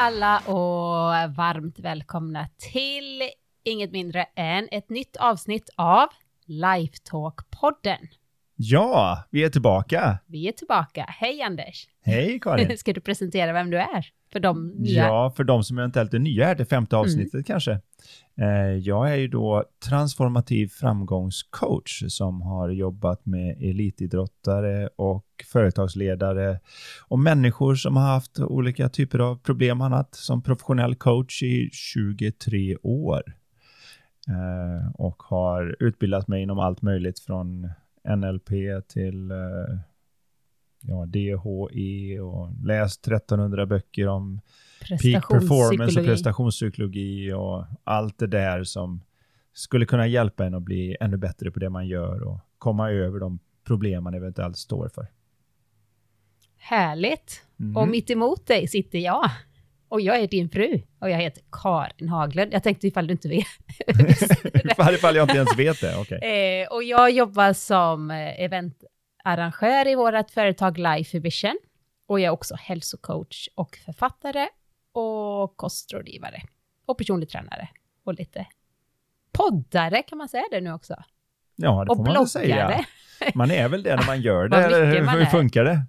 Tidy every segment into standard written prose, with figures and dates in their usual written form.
alla och varmt välkomna till inget mindre än ett nytt avsnitt av Lifetalk-podden. Ja, vi är tillbaka. Vi är tillbaka. Hej Anders. Hej Karin. Ska du presentera vem du är för de nya? Ja, för de som eventuellt är nya här till 5:e avsnittet kanske. Jag är ju då transformativ framgångscoach som har jobbat med elitidrottare och företagsledare och människor som har haft olika typer av problem annat som professionell coach i 23 år. Och har utbildat mig inom allt möjligt från NLP till DHE och läst 1300 böcker om peak performance och prestationspsykologi och allt det där som skulle kunna hjälpa en att bli ännu bättre på det man gör och komma över de problem man eventuellt står för. Härligt. Och mitt emot dig sitter jag. Och jag är din fru. Och jag heter Karin Haglund. Jag tänkte ifall du inte vet. Ifall jag inte ens vet det, okej. Och jag jobbar som eventarrangör i vårt företag Life Vision. Och jag är också hälsocoach och författare och kostrådgivare. Och personlig tränare. Och lite poddare, kan man säga det nu också? Ja, det och får man väl säga. Man är väl det när man gör det, eller hur funkar det?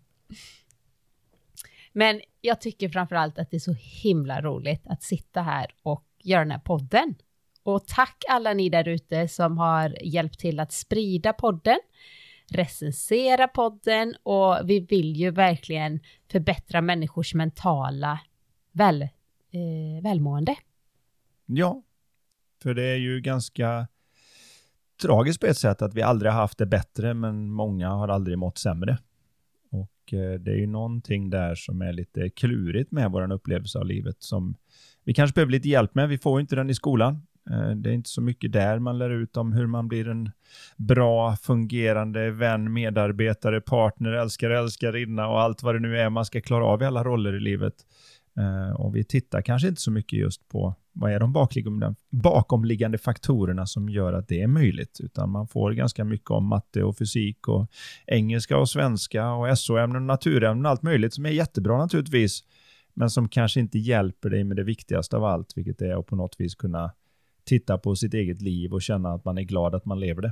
Men jag tycker framförallt att det är så himla roligt att sitta här och göra den här podden. Och tack alla ni där ute som har hjälpt till att sprida podden, recensera podden, och vi vill ju verkligen förbättra människors mentala välmående. Ja. För det är ju ganska tragiskt på ett sätt att vi aldrig har haft det bättre, men många har aldrig mått sämre. Och det är ju någonting där som är lite klurigt med vår upplevelse av livet som vi kanske behöver lite hjälp med. Vi får inte den i skolan. Det är inte så mycket där man lär ut om hur man blir en bra, fungerande vän, medarbetare, partner, älskarinna och allt vad det nu är man ska klara av i alla roller i livet. Och vi tittar kanske inte så mycket just på vad är de bakomliggande faktorerna som gör att det är möjligt, utan man får ganska mycket om matte och fysik och engelska och svenska och SO-ämnen och naturämnen och allt möjligt som är jättebra naturligtvis, men som kanske inte hjälper dig med det viktigaste av allt, vilket är att på något vis kunna titta på sitt eget liv och känna att man är glad att man lever det.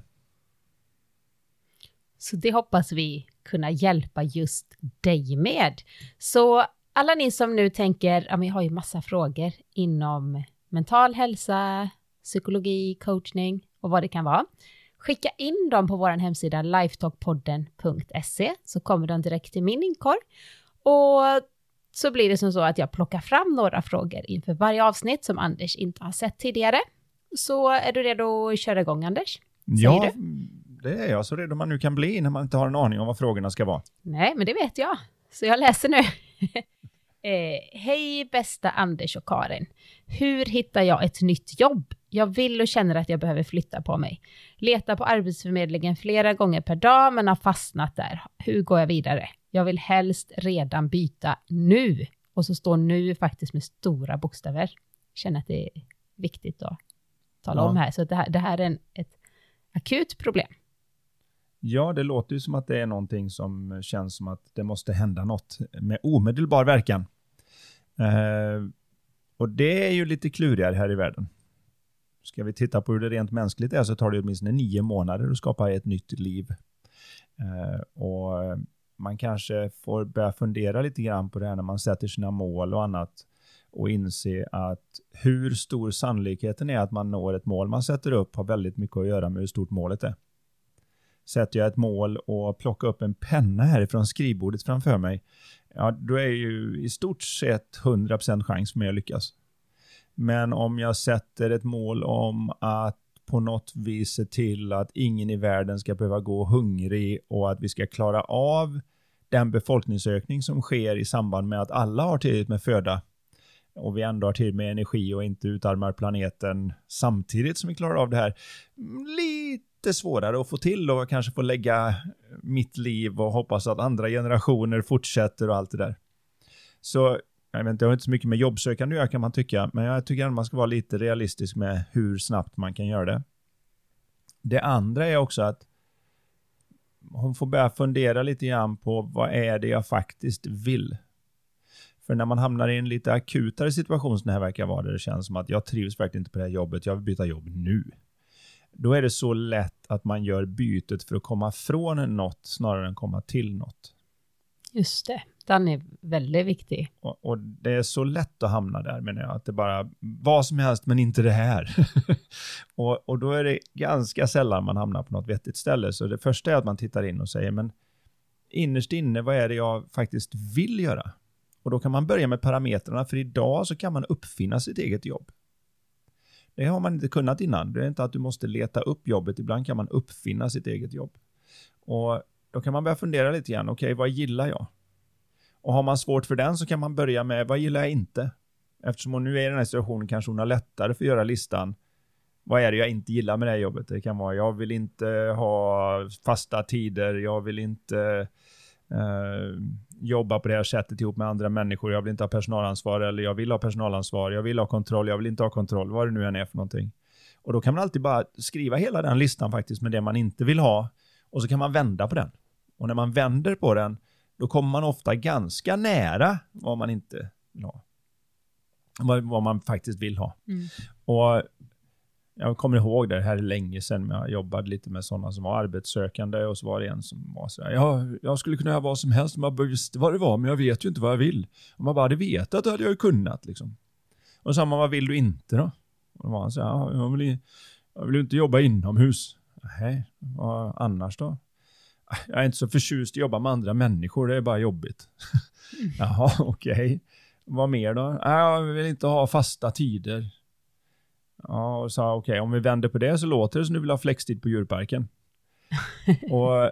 Så det hoppas vi kunna hjälpa just dig med. Så alla ni som nu tänker, ja, men jag har ju massa frågor inom mental hälsa, psykologi, coachning och vad det kan vara. Skicka in dem på vår hemsida lifetalkpodden.se, så kommer de direkt till min inkorg. Och så blir det som så att jag plockar fram några frågor inför varje avsnitt som Anders inte har sett tidigare. Så är du redo att köra igång, Anders? Ja, det är jag så redo man nu kan bli när man inte har en aning om vad frågorna ska vara. Nej, men det vet jag. Så jag läser nu. Hej bästa Anders och Karin. Hur hittar jag ett nytt jobb? Jag vill och känner att jag behöver flytta på mig. Letar på Arbetsförmedlingen flera gånger per dag men har fastnat där. Hur går jag vidare? Jag vill helst redan byta nu. Och så står nu faktiskt med stora bokstäver. Jag känner att det är viktigt att tala om här. Så det här är ett akut problem. Ja, det låter ju som att det är någonting som känns som att det måste hända något med omedelbar verkan. Och det är ju lite klurigare här i världen. Ska vi titta på hur det rent mänskligt är så tar det åtminstone 9 månader att skapa ett nytt liv. Och man kanske får börja fundera lite grann på det här när man sätter sina mål och annat. Och inse att hur stor sannolikheten är att man når ett mål man sätter upp har väldigt mycket att göra med hur stort målet är. Sätter jag ett mål och plockar upp en penna härifrån skrivbordet framför mig, ja, då är ju i stort sett 100% chans för mig att lyckas. Men om jag sätter ett mål om att på något vis se till att ingen i världen ska behöva gå hungrig och att vi ska klara av den befolkningsökning som sker i samband med att alla har tillräckligt med föda och vi ändå har tid med energi och inte utarmar planeten samtidigt som vi klarar av det här, lite svårare att få till och kanske få lägga mitt liv och hoppas att andra generationer fortsätter och allt det där. Så jag vet inte, det har inte så mycket med jobbsökande att göra kan man tycka, men jag tycker att man ska vara lite realistisk med hur snabbt man kan göra det. Det andra är också att hon får börja fundera lite grann på vad är det jag faktiskt vill. För när man hamnar i en lite akutare situation som det här verkar vara, där det känns som att jag trivs verkligen inte på det här jobbet, jag vill byta jobb nu. Då är det så lätt att man gör bytet för att komma från något snarare än komma till något. Just det, den är väldigt viktig. Och det är så lätt att hamna där, menar jag, att det bara vad som helst men inte det här. och då är det ganska sällan man hamnar på något vettigt ställe. Så det första är att man tittar in och säger, men innerst inne, vad är det jag faktiskt vill göra? Och då kan man börja med parametrarna, för idag så kan man uppfinna sitt eget jobb. Det har man inte kunnat innan. Det är inte att du måste leta upp jobbet. Ibland kan man uppfinna sitt eget jobb. Och då kan man börja fundera lite grann. Okej, vad gillar jag? Och har man svårt för den så kan man börja med, vad gillar jag inte? Eftersom hon nu är i den här situationen kanske hon har lättare för att göra listan. Vad är det jag inte gillar med det här jobbet? Det kan vara, jag vill inte ha fasta tider. Jag vill inte jobba på det här sättet ihop med andra människor. Jag vill inte ha personalansvar, eller jag vill ha personalansvar. Jag vill ha kontroll, jag vill inte ha kontroll. Vad det nu än är för någonting. Och då kan man alltid bara skriva hela den listan faktiskt med det man inte vill ha. Och så kan man vända på den. Och när man vänder på den, då kommer man ofta ganska nära vad man inte vill ha. Vad man faktiskt vill ha. Och jag kommer ihåg det här länge sedan, jag jobbade lite med sådana som var arbetssökande, och så var det en som var så här, jag skulle kunna göra vad som helst, man visste vad det var, men jag vet ju inte vad jag vill. Och man bara hade vetat, då hade jag ju kunnat liksom. Och så sa man, vad vill du inte då? Och då var han så här, jag vill ju inte jobba inomhus. Nej, vad annars då? Jag är inte så förtjust i att jobba med andra människor, det är bara jobbigt. Jaha, okej. Vad mer då? Jag vill inte ha fasta tider. Ja, och sa okej, om vi vänder på det så låter det som du vill ha flextid på djurparken. Och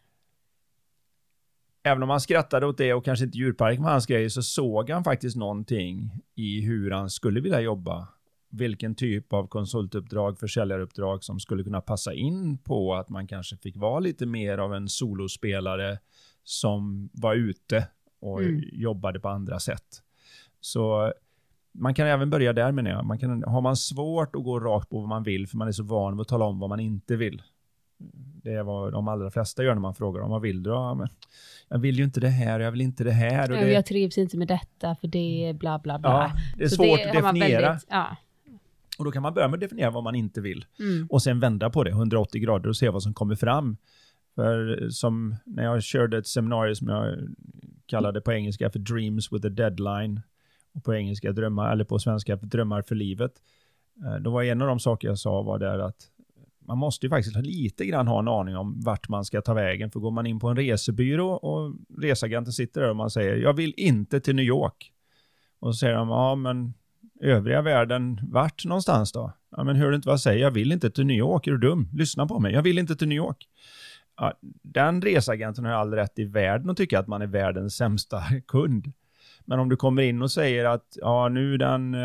även om han skrattade åt det och kanske inte djurparken var hans grej, så såg han faktiskt någonting i hur han skulle vilja jobba. Vilken typ av konsultuppdrag, försäljaruppdrag som skulle kunna passa in på att man kanske fick vara lite mer av en solospelare som var ute och jobbade på andra sätt. Så man kan även börja där, menar jag. Har man svårt att gå rakt på vad man vill, för man är så van att tala om vad man inte vill. Det är vad de allra flesta gör när man frågar om vad vill du? Ja, men jag vill ju inte det här, jag vill inte det här. Och jag trivs inte med detta, för det är bla bla bla. Ja, det är så svårt att definiera. Och då kan man börja med att definiera vad man inte vill. Och sen vända på det 180 grader och se vad som kommer fram. För som när jag körde ett seminarium som jag kallade på engelska för Dreams with a Deadline. Och på engelska drömmar, eller på svenska drömmar för livet. Då var en av de saker jag sa var där att man måste ju faktiskt lite grann ha en aning om vart man ska ta vägen. För går man in på en resebyrå och resagenten sitter där och man säger, jag vill inte till New York. Och så säger de, ja men övriga världen, vart någonstans då? Ja, men hör du inte vad jag säger? Jag vill inte till New York, är du dum? Lyssna på mig, jag vill inte till New York. Ja, den resagenten har all rätt i världen och tycker att man är världens sämsta kund. Men om du kommer in och säger att ja, nu den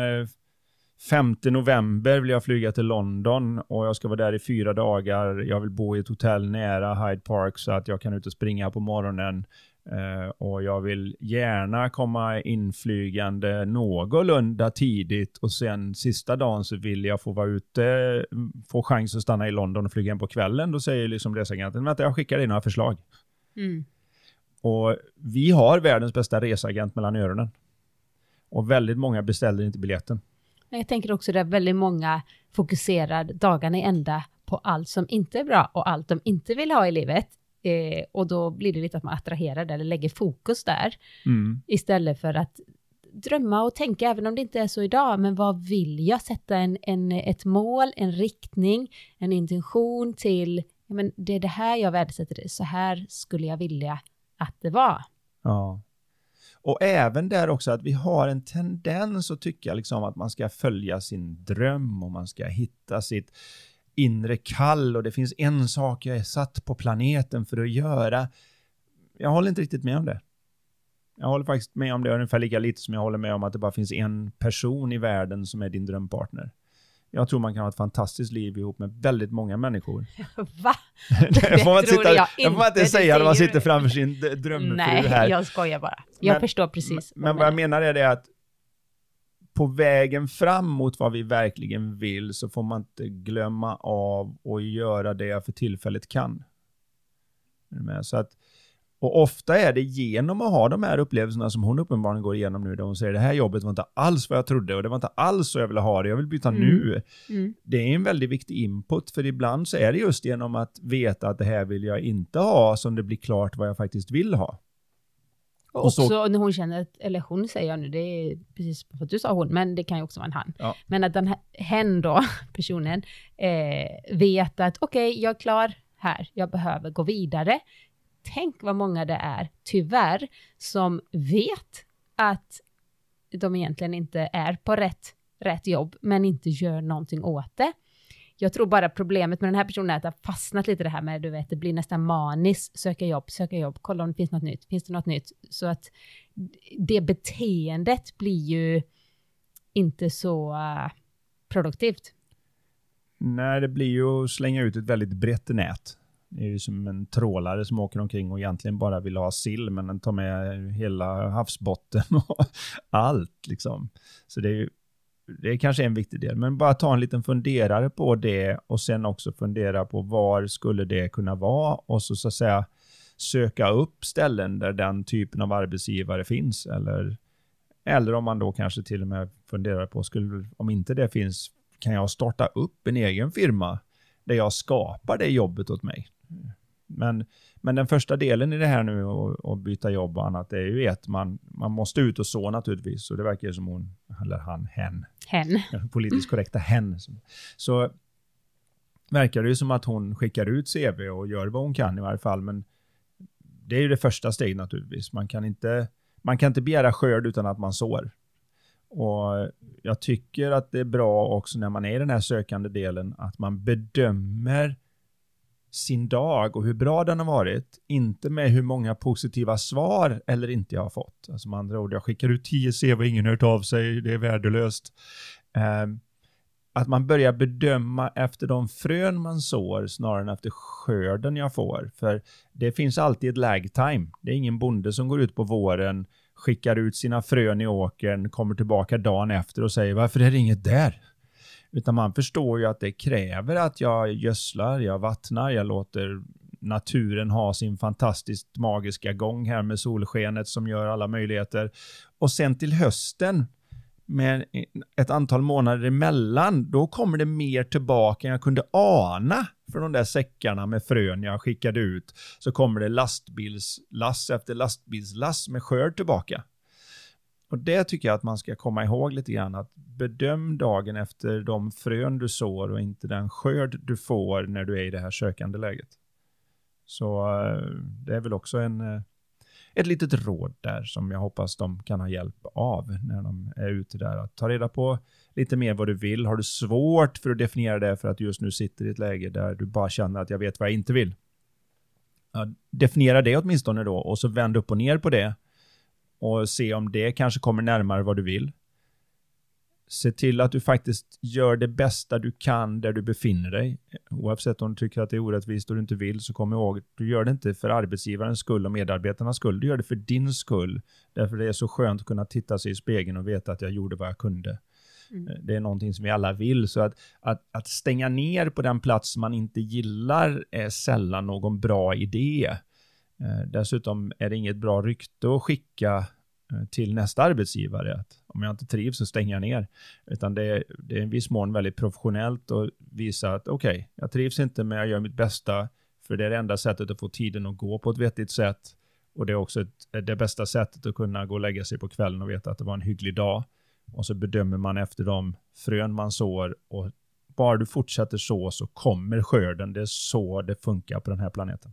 5 november vill jag flyga till London och jag ska vara där i 4 dagar. Jag vill bo i ett hotell nära Hyde Park så att jag kan ut och springa på morgonen. Och jag vill gärna komma inflygande någorlunda tidigt och sen sista dagen så vill jag få vara ute, få chans att stanna i London och flyga in på kvällen. Då säger liksom resagenten, vänta, jag skickar dig några förslag. Och vi har världens bästa resagent mellan öronen. Och väldigt många beställer inte biljetten. Jag tänker också att väldigt många fokuserar dagarna i ända på allt som inte är bra och allt de inte vill ha i livet. Och då blir det lite att man attraherar det eller lägger fokus där. Istället för att drömma och tänka, även om det inte är så idag, men vad vill jag? Sätta ett mål, en riktning, en intention till, men det är det här jag värdesätter, så här skulle jag vilja att det var. Ja. Och även där också att vi har en tendens att tycka liksom att man ska följa sin dröm och man ska hitta sitt inre kall och det finns en sak jag är satt på planeten för att göra. Jag håller inte riktigt med om det. Jag håller faktiskt med om det ungefär lika lite som jag håller med om att det bara finns en person i världen som är din drömpartner. Jag tror man kan ha ett fantastiskt liv ihop med väldigt många människor. Va? Det får man inte säga när man sitter framför sin drömfru här. Nej, jag skojar bara. Jag förstår precis. Men vad jag menar är det att på vägen fram mot vad vi verkligen vill så får man inte glömma av och göra det jag för tillfället kan. Så att Och ofta är det genom att ha de här upplevelserna som hon uppenbarligen går igenom nu, där hon säger det här jobbet var inte alls vad jag trodde och det var inte alls så jag ville ha det, jag vill byta nu. Det är en väldigt viktig input, för ibland så är det just genom att veta att det här vill jag inte ha som det blir klart vad jag faktiskt vill ha. Och också när hon känner, eller hon säger nu, det är precis för att du sa hon, men det kan ju också vara en han. Ja. Men att den här, hen då, personen, vet att okej, jag är klar här, jag behöver gå vidare. Tänk vad många det är, tyvärr, som vet att de egentligen inte är på rätt jobb, men inte gör någonting åt det. Jag tror bara problemet med den här personen är att det har fastnat lite det här med, du vet, det blir nästan maniskt, söka jobb, kolla om det finns något nytt. Så att det beteendet blir ju inte så produktivt. Nej, det blir ju att slänga ut ett väldigt brett nät. Det är ju som en trålare som åker omkring och egentligen bara vill ha sill, men den tar med hela havsbotten och allt liksom. Så det är kanske en viktig del, men bara ta en liten funderare på det och sen också fundera på var skulle det kunna vara, och så att säga söka upp ställen där den typen av arbetsgivare finns, eller om man då kanske till och med funderar på, om inte det finns, kan jag starta upp en egen firma där jag skapar det jobbet åt mig. Men den första delen i det här nu och byta jobb och annat, det är ju att man måste ut och så naturligtvis. Så det verkar som hon, eller hen. Politiskt korrekta hen. Så verkar det ju som att hon skickar ut CV och gör vad hon kan i varje fall. Men det är ju det första steget naturligtvis. Man kan inte begära skörd utan att man sår. Och jag tycker att det är bra också när man är i den här sökande delen att man bedömer sin dag och hur bra den har varit, inte med hur många positiva svar eller inte jag har fått. Alltså med andra ord, jag skickar ut 10 CV och ingen hört av sig, det är värdelöst. Att man börjar bedöma efter de frön man sår snarare än efter skörden jag får. För det finns alltid ett lag time. Det är ingen bonde som går ut på våren, skickar ut sina frön i åkern, kommer tillbaka dagen efter och säger varför är det inget där? Utan man förstår ju att det kräver att jag gödslar, jag vattnar, jag låter naturen ha sin fantastiskt magiska gång här med solskenet som gör alla möjligheter. Och sen till hösten med ett antal månader emellan, då kommer det mer tillbaka än jag kunde ana för de där säckarna med frön jag skickade ut. Så kommer det lastbilslass efter lastbilslass med skörd tillbaka. Och det tycker jag att man ska komma ihåg lite grann, att bedöm dagen efter de frön du sår och inte den skörd du får när du är i det här sökande läget. Så det är väl också ett litet råd där som jag hoppas de kan ha hjälp av när de är ute där. Att ta reda på lite mer vad du vill. Har du svårt för att definiera det för att du just nu sitter i ett läge där du bara känner att jag vet vad jag inte vill. Ja, definiera det åtminstone då och så vänd upp och ner på det. Och se om det kanske kommer närmare vad du vill. Se till att du faktiskt gör det bästa du kan där du befinner dig. Oavsett om du tycker att det är orättvist och du inte vill, så kom ihåg att du gör det inte för arbetsgivarens skull och medarbetarnas skull. Du gör det för din skull. Därför det är så skönt att kunna titta sig i spegeln och veta att jag gjorde vad jag kunde. Det är någonting som vi alla vill. Så att stänga ner på den plats man inte gillar är sällan någon bra idé. Dessutom är det inget bra rykte att skicka till nästa arbetsgivare att om jag inte trivs så stänger jag ner. Utan det är en viss mån väldigt professionellt att visa att okej, jag trivs inte men jag gör mitt bästa, för det är det enda sättet att få tiden att gå på ett vettigt sätt. Och det är också det bästa sättet att kunna gå och lägga sig på kvällen och veta att det var en hygglig dag. Och så bedömer man efter de frön man sår, och bara du fortsätter så kommer skörden. Det är så det funkar på den här planeten.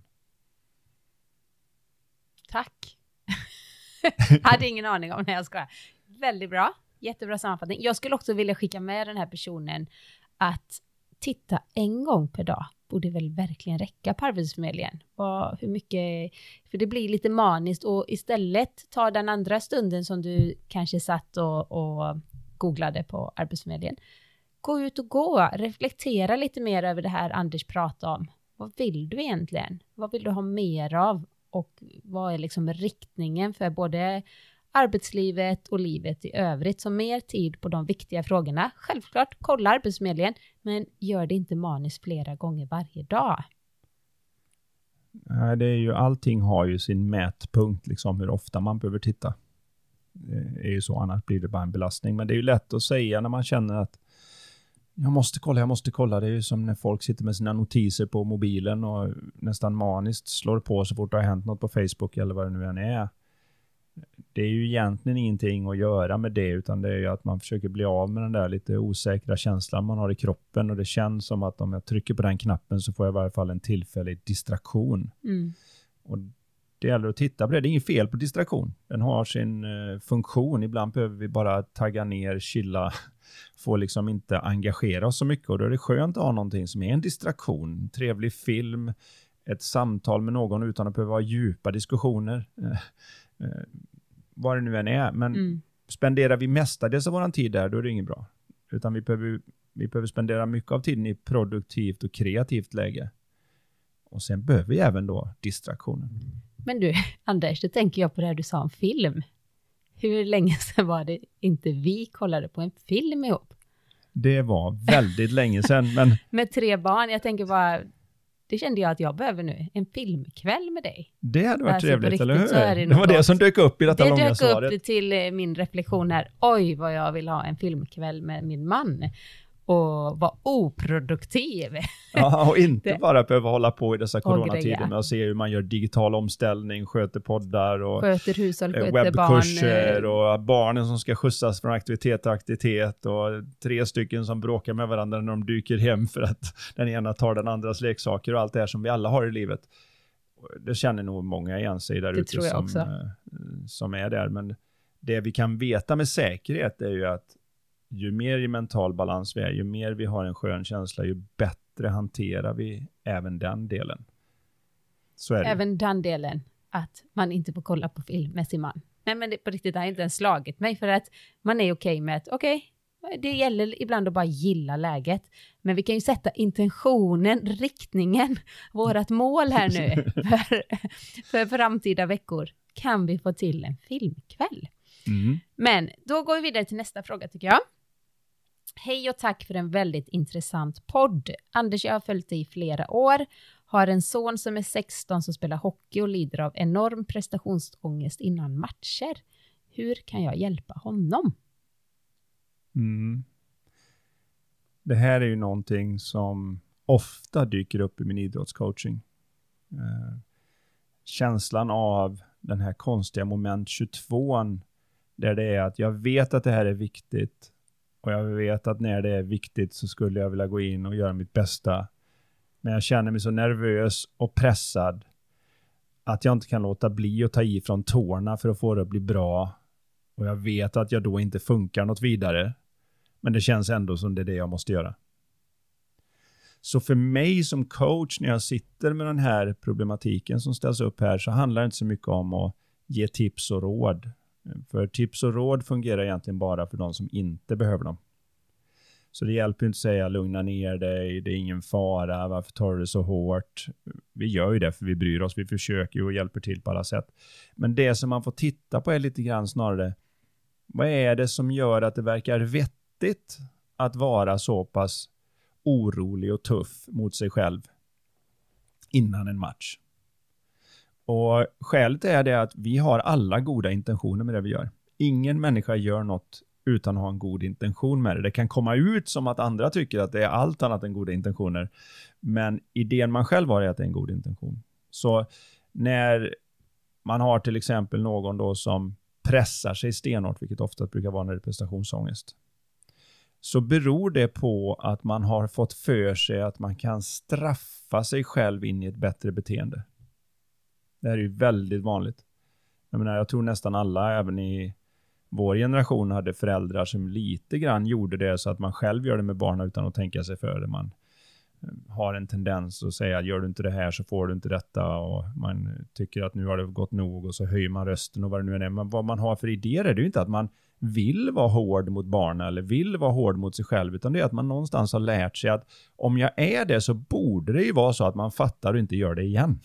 Tack. Hade ingen aning om när jag ska. Väldigt bra. Jättebra sammanfattning. Jag skulle också vilja skicka med den här personen att titta en gång per dag. Borde väl verkligen räcka på Arbetsförmedlingen. Hur mycket, för det blir lite maniskt, och istället ta den andra stunden som du kanske satt och googlade på Arbetsförmedlingen. Gå ut och gå. Reflektera lite mer över det här Anders pratade om. Vad vill du egentligen? Vad vill du ha mer av? Och vad är liksom riktningen för både arbetslivet och livet i övrigt? Så mer tid på de viktiga frågorna. Självklart, kolla Arbetsförmedlingen, men gör det inte maniskt flera gånger varje dag. Det är ju, allting har ju sin mätpunkt, liksom hur ofta man behöver titta. Det är ju så, annars blir det bara en belastning. Men det är ju lätt att säga när man känner att jag måste kolla. Det är ju som när folk sitter med sina notiser på mobilen och nästan maniskt slår på så fort det har hänt något på Facebook eller vad det nu än är. Det är ju egentligen ingenting att göra med det, utan det är ju att man försöker bli av med den där lite osäkra känslan man har i kroppen, och det känns som att om jag trycker på den knappen så får jag i varje fall en tillfällig distraktion. Och det gäller att titta på det. Det är inget fel på distraktion. Den har sin funktion. Ibland behöver vi bara tagga ner, chilla, få liksom inte engagera oss så mycket, och då är det skönt att ha någonting som är en distraktion. En trevlig film, ett samtal med någon utan att behöva ha djupa diskussioner. Vad det nu än är. Men spenderar vi mestadels av våran tid där, då är det inget bra. Utan vi behöver spendera mycket av tiden i produktivt och kreativt läge. Och sen behöver vi även då distraktionen. Men du, Anders, då tänker jag på det här du sa om film. Hur länge sedan var det inte vi kollade på en film ihop? Det var väldigt länge sedan. Men med 3 barn, jag tänker bara, det kände jag att jag behöver nu. En filmkväll med dig. Det hade varit alltså, trevligt, eller hur? Det var det som dök upp i detta långa svaret. Det dök upp till min reflektion här. Oj, vad jag vill ha en filmkväll med min man. Och vara oproduktiv. Ja, och inte bara behöva hålla på i dessa coronatider med att se hur man gör digital omställning, sköter poddar och sköter hushåll, sköter webbkurser och barnen som ska skjutsas från aktivitet till aktivitet och 3 stycken som bråkar med varandra när de dyker hem för att den ena tar den andras leksaker och allt det här som vi alla har i livet. Det känner nog många igen sig där ute som är där. Men det vi kan veta med säkerhet är ju att ju mer i mental balans vi är, ju mer vi har en skön känsla, ju bättre hanterar vi även den delen. Så är det. Även den delen, att man inte får kolla på film med sin man. Nej, men det på riktigt har inte ens slagit mig, för att man är okej med att det gäller ibland att bara gilla läget. Men vi kan ju sätta intentionen, riktningen, vårat mål här nu för framtida veckor. Kan vi få till en filmkväll? Men då går vi vidare till nästa fråga, tycker jag. Hej och tack för en väldigt intressant podd. Anders, jag har följt dig i flera år. Har en son som är 16 som spelar hockey och lider av enorm prestationsångest innan matcher. Hur kan jag hjälpa honom? Det här är ju någonting som ofta dyker upp i min idrottscoaching. Känslan av den här konstiga moment 22, där det är att jag vet att det här är viktigt och jag vet att när det är viktigt så skulle jag vilja gå in och göra mitt bästa. Men jag känner mig så nervös och pressad att jag inte kan låta bli att ta i från tårna för att få det att bli bra. Och jag vet att jag då inte funkar något vidare. Men det känns ändå som det är det jag måste göra. Så för mig som coach, när jag sitter med den här problematiken som ställs upp här, så handlar det inte så mycket om att ge tips och råd. För tips och råd fungerar egentligen bara för de som inte behöver dem. Så det hjälper inte att säga lugna ner dig, det är ingen fara, varför tar du det så hårt? Vi gör ju det för vi bryr oss, vi försöker ju och hjälper till på alla sätt. Men det som man får titta på är lite grann snarare, vad är det som gör att det verkar vettigt att vara så pass orolig och tuff mot sig själv innan en match? Och skälet är det att vi har alla goda intentioner med det vi gör. Ingen människa gör något utan att ha en god intention med det. Det kan komma ut som att andra tycker att det är allt annat än goda intentioner. Men idén man själv har är att det är en god intention. Så när man har till exempel någon då som pressar sig stenhårt, vilket ofta brukar vara när det är prestationsångest, så beror det på att man har fått för sig att man kan straffa sig själv in i ett bättre beteende. Det här är ju väldigt vanligt. Jag tror nästan alla, även i vår generation, hade föräldrar som lite grann gjorde det så att man själv gör det med barnen utan att tänka sig för det. Man har en tendens att säga att gör du inte det här så får du inte detta, och man tycker att nu har det gått nog och så höjer man rösten och vad det nu är. Men vad man har för idéer är det ju inte att man vill vara hård mot barnen eller vill vara hård mot sig själv, utan det är att man någonstans har lärt sig att om jag är det så borde det ju vara så att man fattar och inte gör det igen.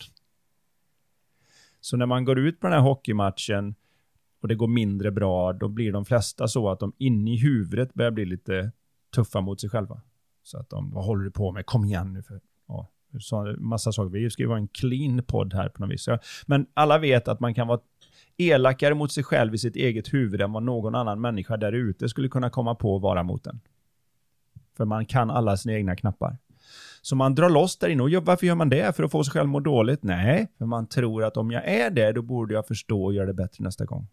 Så när man går ut på den här hockeymatchen och det går mindre bra, då blir de flesta så att de inne i huvudet börjar bli lite tuffa mot sig själva. Så att vad håller du på med? Kom igen nu. Så massa saker. Vi ska ju vara en clean podd här på något vis. Men alla vet att man kan vara elakare mot sig själv i sitt eget huvud än vad någon annan människa där ute skulle kunna komma på att vara mot en. För man kan alla sina egna knappar. Så man drar loss där inne. Och varför gör man det? För att få sig själv må dåligt? Nej, för man tror att om jag är det, då borde jag förstå och göra det bättre nästa gång.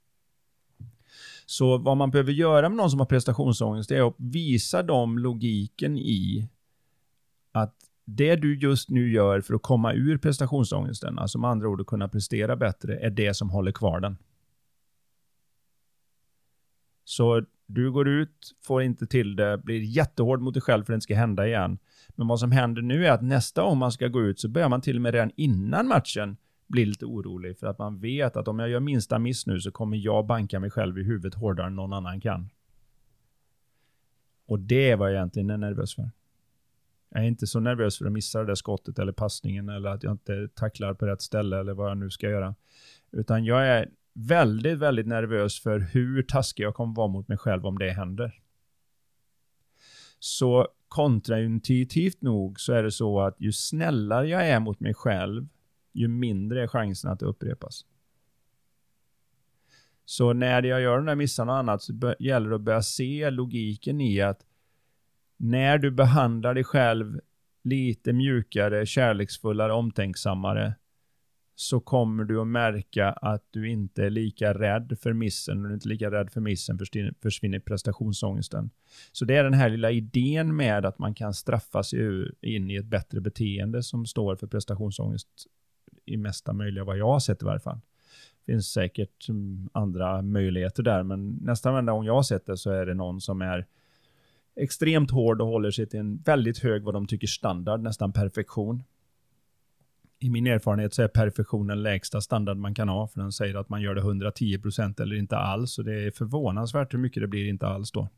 Så vad man behöver göra med någon som har prestationsångest är att visa dem logiken i att det du just nu gör för att komma ur prestationsångesten, alltså med andra ord att kunna prestera bättre, är det som håller kvar den. Så du går ut, får inte till det, blir jättehård mot dig själv för att det inte ska hända igen. Men vad som händer nu är att nästa gång man ska gå ut så börjar man till och med redan innan matchen bli lite orolig för att man vet att om jag gör minsta miss nu så kommer jag banka mig själv i huvudet hårdare än någon annan kan. Och det är vad jag egentligen är nervös för. Jag är inte så nervös för att missa det där skottet eller passningen eller att jag inte tacklar på rätt ställe eller vad jag nu ska göra. Utan jag är väldigt, väldigt nervös för hur taskig jag kommer vara mot mig själv om det händer. Så kontraintuitivt nog så är det så att ju snällare jag är mot mig själv, ju mindre är chansen att det upprepas. Så när jag gör de där missarna och annat så gäller det att börja se logiken i att när du behandlar dig själv lite mjukare, kärleksfullare, omtänksammare så kommer du att märka att du inte är lika rädd för missen. Och du är inte lika rädd för missen försvinner prestationsångesten. Så det är den här lilla idén med att man kan straffa sig in i ett bättre beteende som står för prestationsångest i mesta möjliga vad jag har sett i varje fall. Det finns säkert andra möjligheter där, men nästan varenda gång jag har sett det så är det någon som är extremt hård och håller sig till en väldigt hög vad de tycker standard, nästan perfektion. I min erfarenhet så är perfektion den lägsta standard man kan ha, för den säger att man gör det 110% eller inte alls, och det är förvånansvärt hur mycket det blir inte alls då.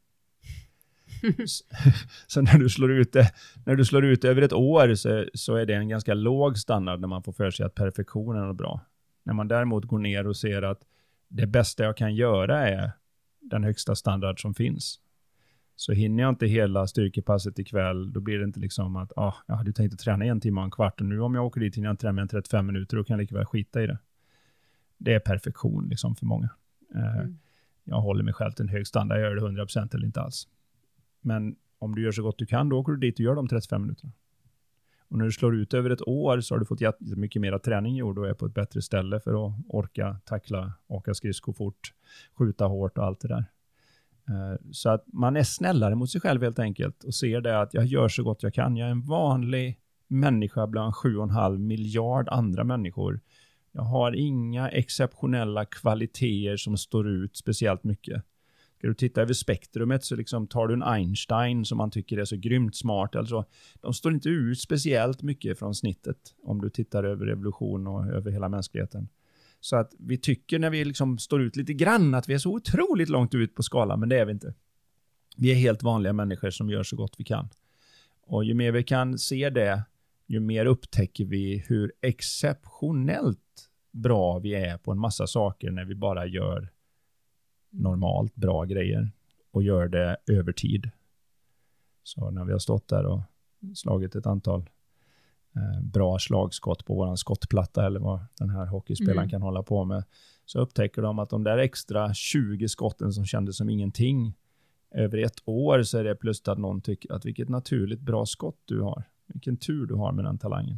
Så när du slår ut över ett år så är det en ganska låg standard när man får för sig att perfektionen är bra. När man däremot går ner och ser att det bästa jag kan göra är den högsta standard som finns. Så hinner jag inte hela styrkepasset ikväll, då blir det inte liksom att jag hade tänkt att träna 1 timme och en kvart och nu om jag åker dit hinner jag träna med 35 minuter och kan lika väl skita i det. Det är perfektion liksom för många. Jag håller mig själv till en hög standard, jag gör det 100% eller inte alls. Men om du gör så gott du kan, då åker du dit och gör de 35 minuterna. Och när du slår ut över ett år så har du fått jättemycket mer träning gjord och är på ett bättre ställe för att orka tackla, åka skridskor fort, skjuta hårt och allt det där. Så att man är snällare mot sig själv helt enkelt och ser det att jag gör så gott jag kan. Jag är en vanlig människa bland 7,5 miljard andra människor. Jag har inga exceptionella kvaliteter som står ut speciellt mycket. Ska du titta över spektrumet så liksom tar du en Einstein som man tycker är så grymt smart. Alltså, de står inte ut speciellt mycket från snittet om du tittar över evolution och över hela mänskligheten. Så att vi tycker när vi liksom står ut lite grann att vi är så otroligt långt ut på skalan, men det är vi inte. Vi är helt vanliga människor som gör så gott vi kan. Och ju mer vi kan se det, ju mer upptäcker vi hur exceptionellt bra vi är på en massa saker när vi bara gör normalt bra grejer och gör det över tid. Så när vi har stått där och slagit ett antal bra slagskott på våran skottplatta eller vad den här hockeyspelaren kan hålla på med, så upptäcker de att de där extra 20 skotten som kändes som ingenting över ett år, så är det plötsligt att någon tycker att vilket naturligt bra skott du har, vilken tur du har med den talangen.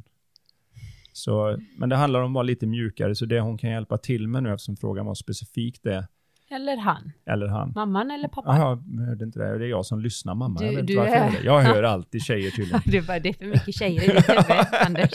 Så, men det handlar om att vara lite mjukare, så det hon kan hjälpa till med nu, eftersom frågan var specifikt det. Eller han. Mamman eller pappan? Jag hörde inte det. Det är jag som lyssnar, mamma. Jag hör alltid tjejer tydligen. Det är för mycket tjejer i ditt huvud, Anders.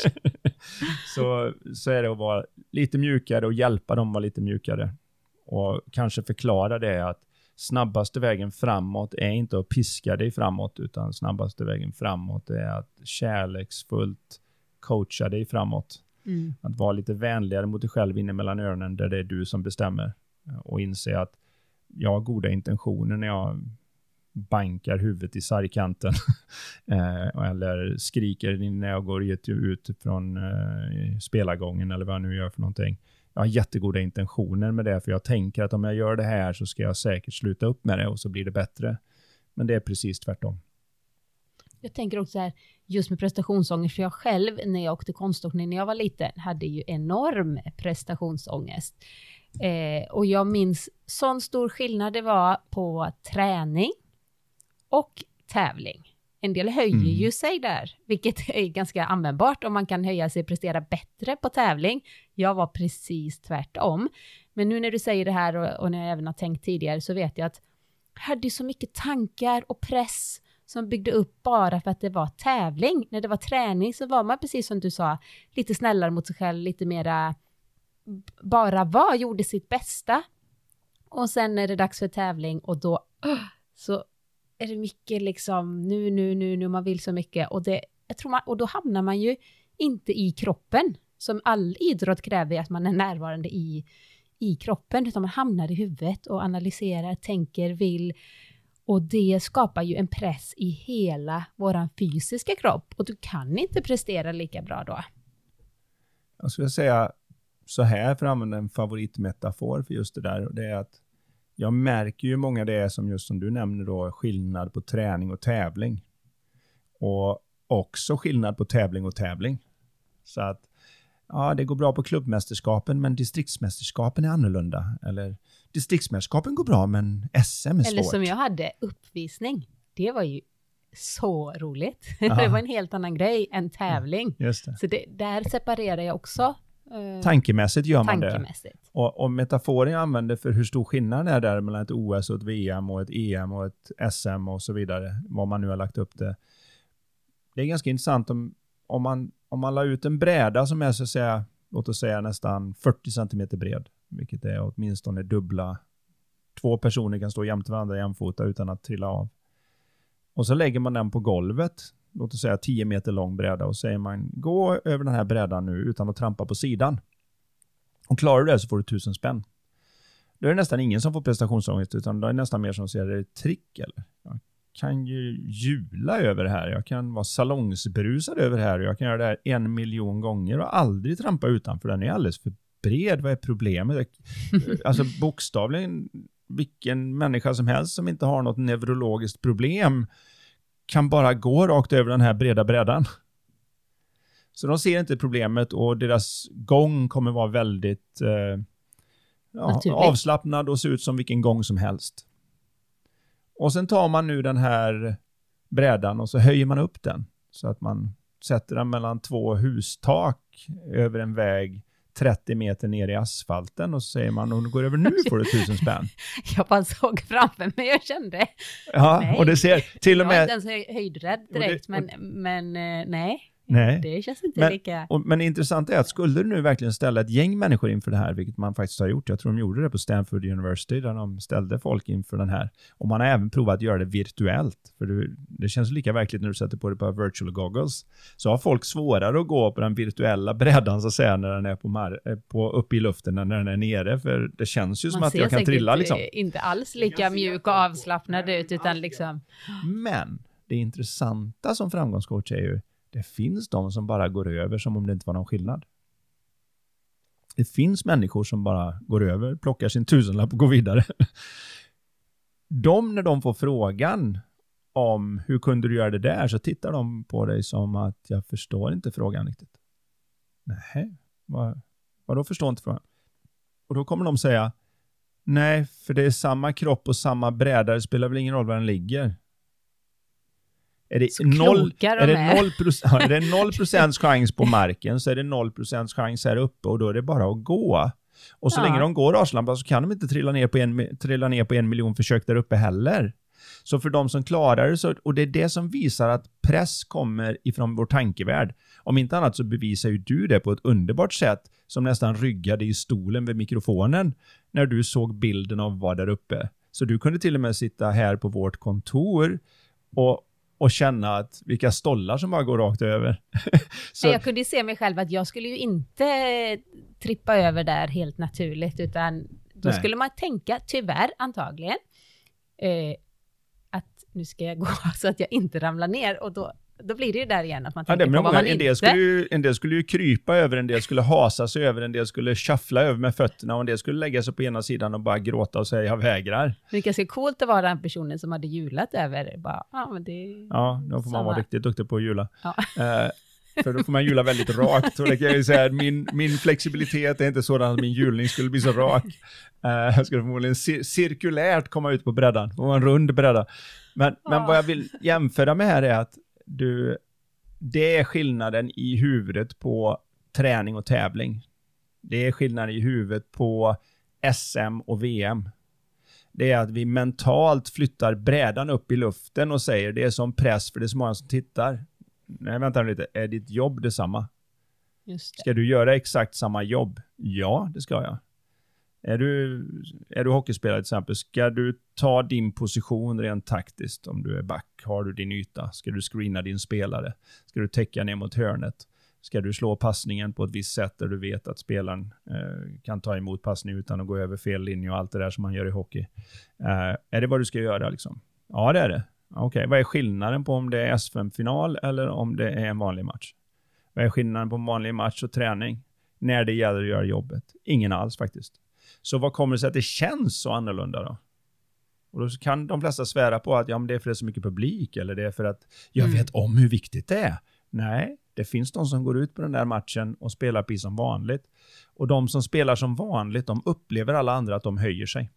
Så är det att vara lite mjukare och hjälpa dem att vara lite mjukare. Och kanske förklara det att snabbaste vägen framåt är inte att piska dig framåt, utan snabbaste vägen framåt är att kärleksfullt coacha dig framåt. Att vara lite vänligare mot dig själv inne mellan öronen där det är du som bestämmer. Och inse att jag har goda intentioner när jag bankar huvudet i sargkanten eller skriker när jag går ut från spelargången eller vad jag nu gör för någonting. Jag har jättegoda intentioner med det, för jag tänker att om jag gör det här så ska jag säkert sluta upp med det och så blir det bättre. Men det är precis tvärtom. Jag tänker också här, just med prestationsångest, för jag själv när jag åkte konståkning när jag var liten hade ju enorm prestationsångest. Och jag minns sån stor skillnad det var på träning och tävling. En del höjer ju sig där, vilket är ganska användbart om man kan höja sig och prestera bättre på tävling. Jag var precis tvärtom. Men nu när du säger det här och när jag även har tänkt tidigare så vet jag att jag hade så mycket tankar och press som byggde upp bara för att det var tävling. När det var träning så var man precis som du sa lite snällare mot sig själv, lite mera bara gjorde sitt bästa. Och sen är det dags för tävling och då så är det mycket liksom nu man vill så mycket och och då hamnar man ju inte i kroppen som all idrott kräver att man är närvarande i kroppen, utan man hamnar i huvudet och analyserar, tänker, vill, och det skapar ju en press i hela våran fysiska kropp och du kan inte prestera lika bra då. Jag skulle säga så här för att använda en favoritmetafor för just det där, och det är att jag märker ju många det är som just som du nämner då, skillnad på träning och tävling. Och också skillnad på tävling och tävling. Så att ja, det går bra på klubbmästerskapen men distriktsmästerskapen är annorlunda. Eller distriktsmästerskapen går bra men SM är svårt. Eller som jag hade, uppvisning. Det var ju så roligt. Det var en helt annan grej än tävling. Just det. Så där separerar jag också. Tankemässigt gör man tankemässigt. det. Och metaforen jag använder för hur stor skillnad är där mellan ett OS och ett VM och ett EM och ett SM och så vidare. Vad man nu har lagt upp det. Det är ganska intressant om man la ut en bräda som är så att säga, låt oss säga nästan 40 cm bred. Vilket är åtminstone dubbla. 2 personer kan stå jämte varandra jämfota utan att trilla av. Och så lägger man den på golvet. Låt oss säga 10 meter lång bräda och säger man gå över den här brädan nu utan att trampa på sidan. Och klarar du det så får du 1000 spänn. Då är det nästan ingen som får prestationsångest utan det är nästan mer som säger det är ett trick eller. Jag kan ju jula över det här. Jag kan vara salongsbrusad över det här. Jag kan göra det här 1 miljon gånger och aldrig trampa utanför. Den är alldeles för bred. Vad är problemet? Alltså bokstavligen vilken människa som helst som inte har något neurologiskt problem kan bara gå rakt över den här breda brädan. Så de ser inte problemet och deras gång kommer vara väldigt avslappnad och se ut som vilken gång som helst. Och sen tar man nu den här brädan och så höjer man upp den så att man sätter den mellan 2 hustak över en väg 30 meter ner i asfalten och så säger man om du går över nu får du 1000 spänn. Jag bara såg framför mig och kände ja, nej. Och det ser till och med... Jag var inte ens höjdrädd direkt, men nej. Det känns inte lika... Men det intressanta är att skulle du nu verkligen ställa ett gäng människor inför det här, vilket man faktiskt har gjort, jag tror de gjorde det på Stanford University där de ställde folk inför den här, och man har även provat att göra det virtuellt, för det känns lika verkligt när du sätter på det på virtual goggles, så har folk svårare att gå på den virtuella brädan så att säga när den är på uppe i luften än när den är nere, för det känns ju som att jag kan trilla liksom. Inte alls lika mjuk och avslappnad ut utan liksom... Men det intressanta som framgångscoach är ju det finns de som bara går över som om det inte var någon skillnad. Det finns människor som bara går över, plockar sin 1000-lapp och går vidare. När de får frågan om hur kunde du göra det där så tittar de på dig som att jag förstår inte frågan riktigt. Nej, vadå förstår inte frågan? Och då kommer de säga nej, för det är samma kropp och samma bräda, det spelar väl ingen roll var den ligger. Är det 0% chans på marken så är det 0% chans här uppe och då är det bara att gå. Och så länge de går avslappnade så kan de inte trilla ner på 1 miljon försök där uppe heller. Så för de som klarar det så, och det är det som visar att press kommer ifrån vår tankevärld. Om inte annat så bevisar ju du det på ett underbart sätt som nästan ryggade i stolen vid mikrofonen när du såg bilden av vad där uppe. Så du kunde till och med sitta här på vårt kontor och känna att vilka stollar som bara går rakt över. Så. Jag kunde se mig själv att jag skulle ju inte trippa över där helt naturligt, utan då skulle man tänka, tyvärr antagligen, att nu ska jag gå så att jag inte ramlar ner, och då då blir det ju där igen att man Ja, tänker på vad man inte... En del skulle ju krypa över, en del skulle hasa sig över, en del skulle shuffla över med fötterna och en del skulle lägga sig på ena sidan och bara gråta och säga jag vägrar. Det är ganska coolt att vara den personen som hade hjulat över. Bara, men det ja, då får man vara riktigt duktig på att hjula. Ja. För då får man hjula väldigt rakt. Och det kan jag ju säga, min flexibilitet är inte sådan att min hjulning skulle bli så rak. Jag skulle förmodligen cirkulärt komma ut på brädan. Och en rund bräda. Men vad jag vill jämföra med här är att det är skillnaden i huvudet på träning och tävling. Det är skillnaden i huvudet på SM och VM. Det är att vi mentalt flyttar brädan upp i luften och säger det är som press för det är så många som tittar. Nej, vänta lite. Är ditt jobb detsamma? Just det. Ska du göra exakt samma jobb? Ja, det ska jag. Är du hockeyspelare till exempel, ska du ta din position rent taktiskt om du är back? Har du din yta? Ska du screena din spelare? Ska du täcka ner mot hörnet? Ska du slå passningen på ett visst sätt där du vet att spelaren kan ta emot passning utan att gå över fel linje och allt det där som man gör i hockey? Är det vad du ska göra liksom? Ja, det är det. Okej, vad är skillnaden på om det är SM-final eller om det är en vanlig match? Vad är skillnaden på en vanlig match och träning när det gäller att göra jobbet? Ingen alls faktiskt. Så vad kommer det sig att det känns så annorlunda då? Och då kan de flesta svära på att men det är för det är så mycket publik eller det är för att jag vet om hur viktigt det är. Nej, det finns de som går ut på den där matchen och spelar precis som vanligt. Och de som spelar som vanligt, de upplever alla andra att de höjer sig.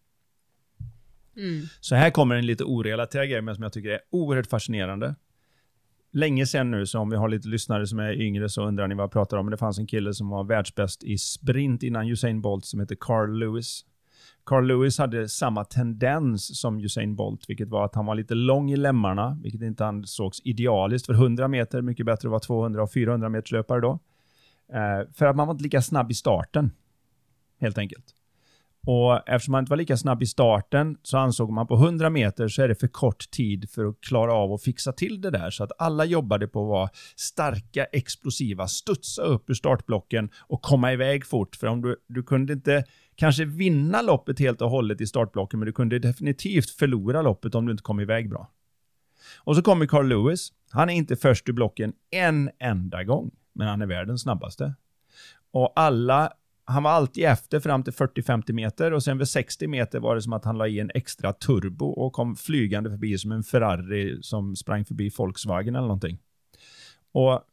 Så här kommer en lite orelaterad grej men som jag tycker är oerhört fascinerande. Länge sedan nu, så om vi har lite lyssnare som är yngre så undrar ni vad jag pratar om. Men det fanns en kille som var världsbäst i sprint innan Usain Bolt som heter Carl Lewis. Carl Lewis hade samma tendens som Usain Bolt, vilket var att han var lite lång i lemmarna, vilket inte ansågs idealiskt för 100 meter, mycket bättre att vara 200 och 400 meters löpare då. För att man var inte lika snabb i starten, helt enkelt. Och eftersom man inte var lika snabb i starten så ansåg man på 100 meter så är det för kort tid för att klara av att fixa till det där. Så att alla jobbade på att vara starka, explosiva, studsa upp ur startblocken och komma iväg fort. För om du kunde inte kanske vinna loppet helt och hållet i startblocken, men du kunde definitivt förlora loppet om du inte kom iväg bra. Och så kommer Carl Lewis. Han är inte först i blocken en enda gång, men han är världens snabbaste. Och han var alltid efter fram till 40-50 meter och sen vid 60 meter var det som att han la i en extra turbo och kom flygande förbi som en Ferrari som sprang förbi Volkswagen eller någonting. Och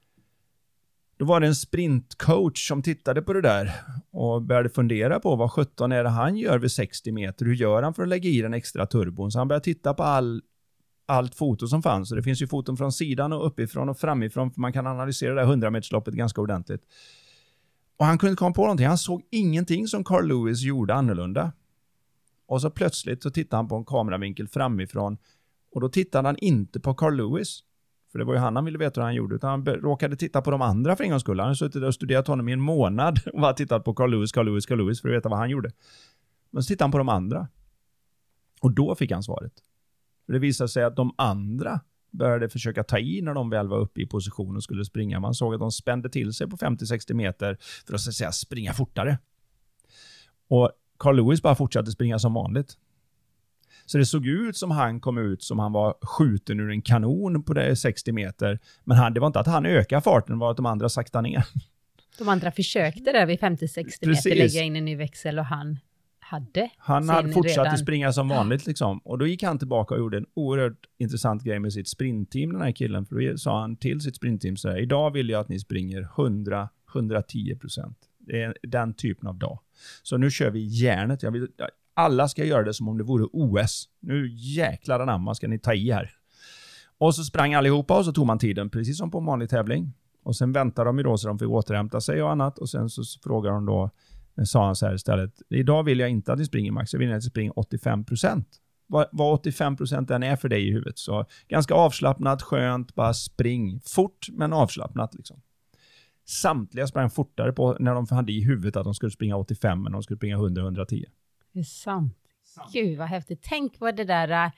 då var det en sprintcoach som tittade på det där och började fundera på vad 17 är det han gör vid 60 meter. Hur gör han för att lägga i den extra turbon? Så han började titta på allt foto som fanns. Så det finns ju foton från sidan och uppifrån och framifrån för man kan analysera det här 100-metersloppet ganska ordentligt. Och han kunde inte komma på någonting. Han såg ingenting som Carl Lewis gjorde annorlunda. Och så plötsligt så tittade han på en kameravinkel framifrån. Och då tittade han inte på Carl Lewis. För det var ju han ville veta hur han gjorde. Utan han råkade titta på de andra för en gångs skull. Han hade suttit och studerat honom i en månad. Och bara tittat på Carl Lewis för att veta vad han gjorde. Men så tittade han på de andra. Och då fick han svaret. För det visade sig att de andra började försöka ta i när de väl var uppe i position och skulle springa. Man såg att de spände till sig på 50-60 meter för att så att säga springa fortare. Och Carl Lewis bara fortsatte springa som vanligt. Så det såg ut som han kom ut som han var skjuten ur en kanon på det 60 meter. Men det var inte att han ökade farten, det var att de andra sakta ner. De andra försökte där vid 50-60 meter lägga in en ny växel och han hade fortsatt springa som vanligt liksom. Och då gick han tillbaka och gjorde en oerhört intressant grej med sitt sprintteam, den här killen. För då sa han till sitt sprintteam så här: idag vill jag att ni springer 100-110%. Det är den typen av dag. Så nu kör vi järnet. Alla ska göra det som om det vore OS. Nu jäklar anamma ska ni ta i här. Och så sprang allihopa och så tog man tiden precis som på en vanlig tävling. Och sen väntade de ju då så de fick återhämta sig och annat. Och sen så frågar de då, sa han så här istället: idag vill jag inte att ni springer max, jag vill att ni springer 85%. Vad 85% den är för dig i huvudet. Så ganska avslappnat, skönt, bara spring fort men avslappnat liksom. Samtliga sprang fortare på när de hade i huvudet att de skulle springa 85 men de skulle springa 100-110. Det är sant. Gud vad häftigt. Tänk vad det där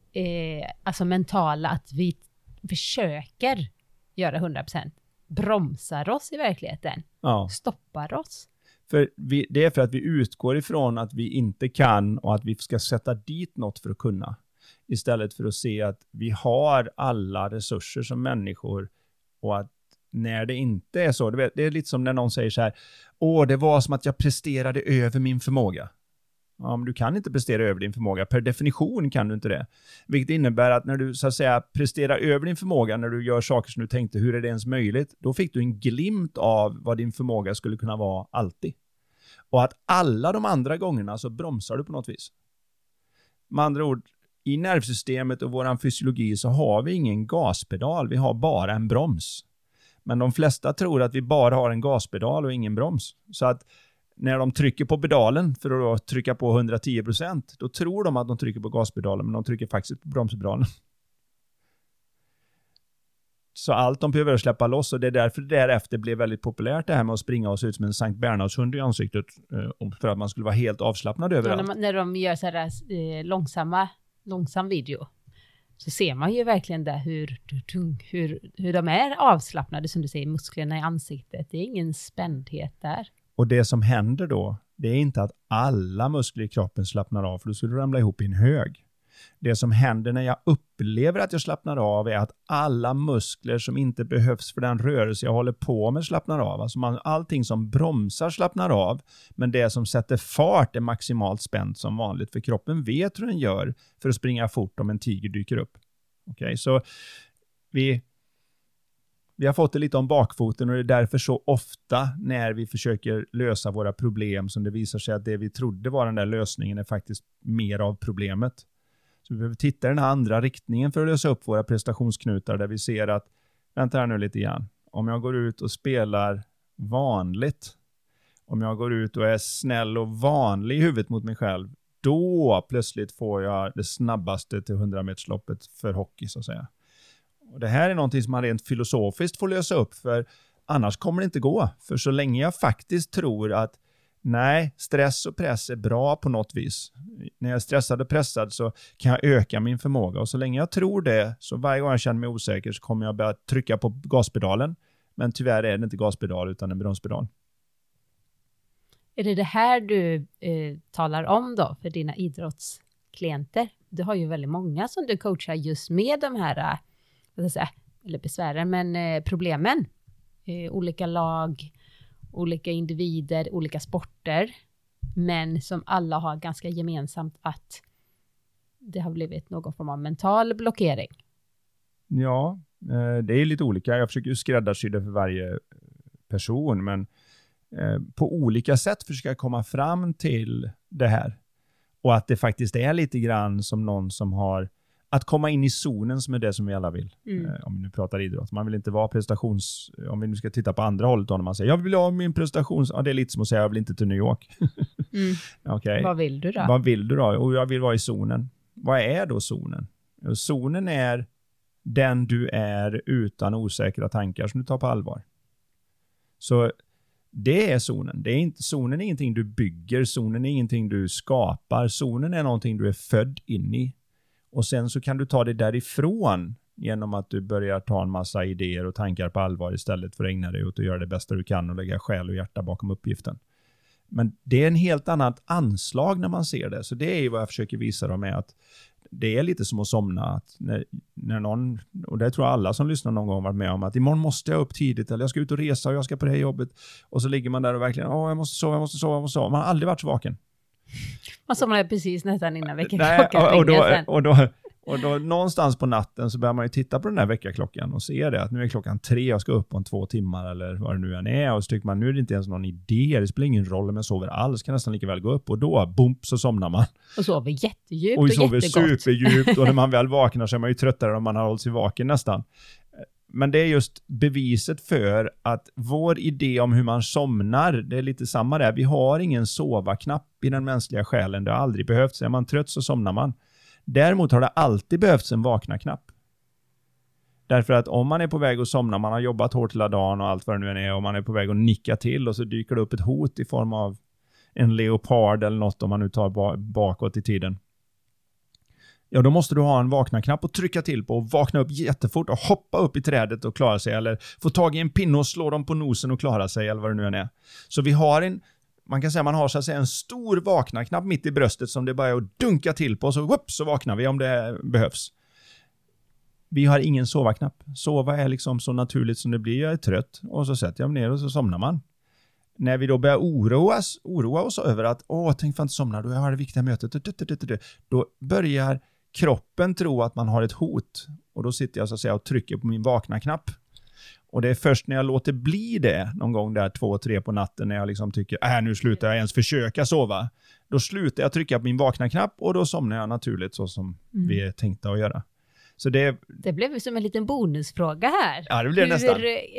alltså mentala, att vi försöker göra 100%, bromsar oss i verkligheten. Ja. Stoppar oss. För det är för att vi utgår ifrån att vi inte kan och att vi ska sätta dit något för att kunna. istället för att se att vi har alla resurser som människor och att när det inte är så, det är lite som när någon säger så här, det var som att jag presterade över min förmåga. Ja, men du kan inte prestera över din förmåga. Per definition kan du inte det. Vilket innebär att när du så att säga presterar över din förmåga, när du gör saker som du tänkte, hur är det ens möjligt? Då fick du en glimt av vad din förmåga skulle kunna vara alltid. Och att alla de andra gångerna så bromsar du på något vis. Med andra ord, i nervsystemet och våran fysiologi så har vi ingen gaspedal, vi har bara en broms. Men de flesta tror att vi bara har en gaspedal och ingen broms. Så att när de trycker på pedalen för att då trycka på 110%, då tror de att de trycker på gaspedalen, men de trycker faktiskt på bromspedalen. Så allt de behöver släppa loss, och det är därför det därefter blev väldigt populärt det här med att springa och se ut som en Sankt Bernhardshund i ansiktet, för att man skulle vara helt avslappnad överallt. Ja, när de gör så här långsam video så ser man ju verkligen där hur de är avslappnade, som du säger, musklerna i ansiktet. Det är ingen spändhet där. Och det som händer då, det är inte att alla muskler i kroppen slappnar av, för då skulle du ramla ihop i en hög. Det som händer när jag upplever att jag slappnar av är att alla muskler som inte behövs för den rörelse jag håller på med slappnar av. Alltså allting som bromsar slappnar av, men det som sätter fart är maximalt spänt som vanligt. För kroppen vet hur den gör för att springa fort om en tiger dyker upp. Okej, så vi har fått det lite om bakfoten, och det är därför så ofta när vi försöker lösa våra problem som det visar sig att det vi trodde var den där lösningen är faktiskt mer av problemet. Så vi behöver titta i den här andra riktningen för att lösa upp våra prestationsknutar, där vi ser att, vänta här nu lite grann, om jag går ut och spelar vanligt, om jag går ut och är snäll och vanlig i huvudet mot mig själv, då plötsligt får jag det snabbaste till 100-metersloppet för hockey så att säga. Och det här är någonting som man rent filosofiskt får lösa upp, för annars kommer det inte gå. För så länge jag faktiskt tror att nej, stress och press är bra på något vis. När jag är stressad och pressad så kan jag öka min förmåga. Och så länge jag tror det, så varje gång jag känner mig osäker så kommer jag börja trycka på gaspedalen. Men tyvärr är det inte gaspedal utan en bromspedal. Är det här du talar om då för dina idrottsklienter? Du har ju väldigt många som du coachar just med de här, eller besvären, men problemen. Olika lag, olika individer, olika sporter, men som alla har ganska gemensamt att det har blivit någon form av mental blockering. Ja, det är lite olika. Jag försöker ju skräddarsy det för varje person, men på olika sätt försöker jag komma fram till det här. Och att det faktiskt är lite grann som någon som har att komma in i zonen, som är det som vi alla vill. Om vi nu pratar idrott. Man vill inte vara om vi nu ska titta på andra hållet då, när man säger jag vill ha min prestation. Ja, det är lite som att säga jag vill inte till New York. Okay. Vad vill du då? Och jag vill vara i zonen. Vad är då zonen? Zonen är den du är utan osäkra tankar som du tar på allvar. Så det är zonen. Zonen är ingenting du bygger. Zonen är ingenting du skapar. Zonen är någonting du är född in i. Och sen så kan du ta det därifrån genom att du börjar ta en massa idéer och tankar på allvar istället för att ägna dig åt att göra det bästa du kan och lägga själ och hjärta bakom uppgiften. Men det är en helt annat anslag när man ser det. Så det är ju vad jag försöker visa dem, är att det är lite som att somna. Att när någon, och det tror jag alla som lyssnar någon gång varit med om, att imorgon måste jag upp tidigt, eller jag ska ut och resa och jag ska på det här jobbet. Och så ligger man där och verkligen, jag måste sova. Man har aldrig varit så vaken. Man somnar precis nästan innan väckarklockan. Och då någonstans på natten så börjar man ju titta på den här väckarklockan och se det, att nu är klockan 3, jag ska upp om 2 timmar eller vad det nu än är. Och så tycker man, nu är det inte ens någon idé, det spelar ingen roll om jag sover alls, kan nästan lika väl gå upp. Och då, bump, så somnar man. Och sover jättedjupt och sover jättegott. Superdjupt, och när man väl vaknar så är man ju tröttare om man har hållit sig vaken nästan. Men det är just beviset för att vår idé om hur man somnar, det är lite samma där. Vi har ingen sova-knapp i den mänskliga själen. Det har aldrig behövts. Är man trött så somnar man. Däremot har det alltid behövts en vakna-knapp. Därför att om man är på väg att somna, man har jobbat hårt hela dagen och allt vad det nu än är, och man är på väg att nicka till, och så dyker det upp ett hot i form av en leopard eller något, om man nu tar bakåt i tiden. Ja, då måste du ha en vakna-knapp och trycka till på och vakna upp jättefort och hoppa upp i trädet och klara sig, eller få tag i en pinne och slå dem på nosen och klara sig, eller vad det nu än är. Så vi har man kan säga man har så att säga en stor vakna-knapp mitt i bröstet som det bara är att dunka till på, så vaknar vi om det behövs. Vi har ingen sova-knapp. Sova är liksom så naturligt som det blir. Jag är trött och så sätter jag mig ner och så somnar man. När vi då börjar oroa oss över att tänk för att inte somna, då har det viktiga mötet. Då börjar kroppen tro att man har ett hot. Och då sitter jag så att säga och trycker på min vakna-knapp. Och det är först när jag låter bli det någon gång där 2-3 på natten när jag liksom tycker nu slutar jag ens försöka sova. Då slutar jag trycka på min vakna-knapp och då somnar jag naturligt så som vi är tänkta att göra. Så det blev som en liten bonusfråga här. Ja, det blev nästan.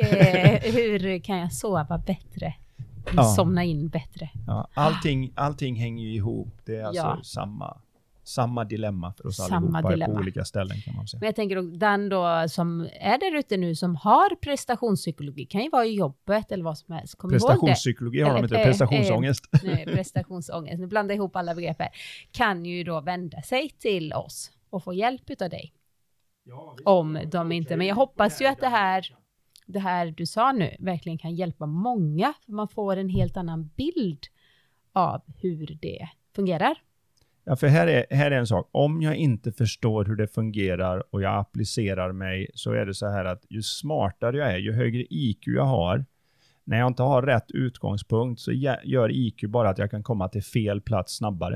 Hur kan jag sova bättre? Somna in bättre? Ja, allting hänger ju ihop. Det är alltså samma dilemma för oss allihopa på olika ställen kan man säga. Men jag tänker den då som är där ute nu som har prestationspsykologi, kan ju vara i jobbet eller vad som helst. Prestationspsykologi har de inte, prestationsångest. Nej, prestationsångest. Nu blandar ihop alla begrepp här. Kan ju då vända sig till oss och få hjälp utav dig. Ja, om de inte, men jag hoppas ju att det här du sa nu verkligen kan hjälpa många. För man får en helt annan bild av hur det fungerar. Ja, för här är en sak. Om jag inte förstår hur det fungerar och jag applicerar mig, så är det så här att ju smartare jag är, ju högre IQ jag har, när jag inte har rätt utgångspunkt så gör IQ bara att jag kan komma till fel plats snabbare.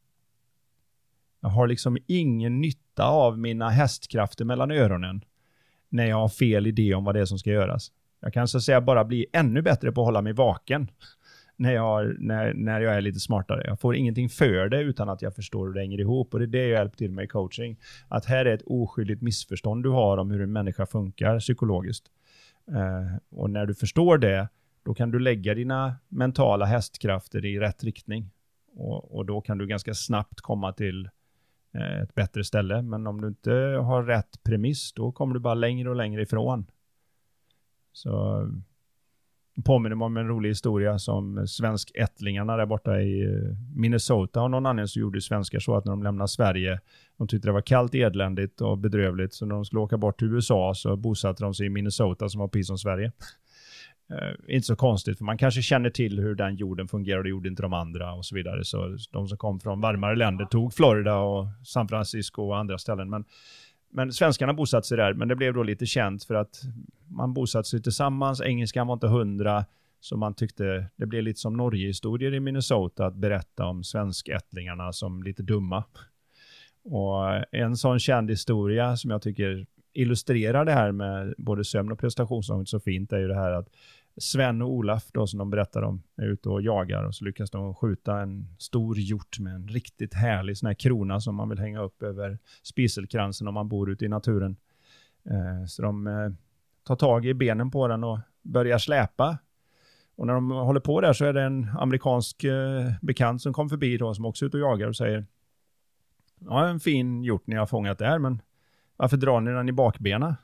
Jag har liksom ingen nytta av mina hästkrafter mellan öronen när jag har fel idé om vad det är som ska göras. Jag kan så att säga bara bli ännu bättre på att hålla mig vaken när jag är lite smartare. Jag får ingenting för det utan att jag förstår hur det hänger ihop. Och det är det jag hjälper till med i coaching. Att här är ett oskyldigt missförstånd du har om hur en människa funkar psykologiskt. Och när du förstår det, då kan du lägga dina mentala hästkrafter i rätt riktning. Och då kan du ganska snabbt komma till ett bättre ställe. Men om du inte har rätt premiss, då kommer du bara längre och längre ifrån. Så påminner mig om en rolig historia som svenskättlingarna där borta i Minnesota och någon annan så gjorde svenskar så att när de lämnade Sverige, de tyckte det var kallt, edländigt och bedrövligt, så när de skulle åka bort till USA så bosatte de sig i Minnesota som var precis som Sverige. Inte så konstigt, för man kanske känner till hur den jorden fungerar och det gjorde inte de andra och så vidare. Så de som kom från varmare länder tog Florida och San Francisco och andra ställen. Men svenskarna bosatte sig där, men det blev då lite känt för att man bosatte sig tillsammans. Engelskan var inte 100, så man tyckte det blev lite som Norge-historier i Minnesota att berätta om svenskättlingarna som lite dumma. Och en sån känd historia som jag tycker illustrerar det här med både sömn och prestationsångest så fint är ju det här att Sven och Olaf då, som de berättar om, är ute och jagar och så lyckas de skjuta en stor hjort med en riktigt härlig sån här krona som man vill hänga upp över spiselkransen om man bor ute i naturen. Så de tar tag i benen på den och börjar släpa. Och när de håller på där så är det en amerikansk bekant som kom förbi då, som också är ute och jagar och säger: ja, en fin hjort ni har fångat där, men varför drar ni den i bakbena?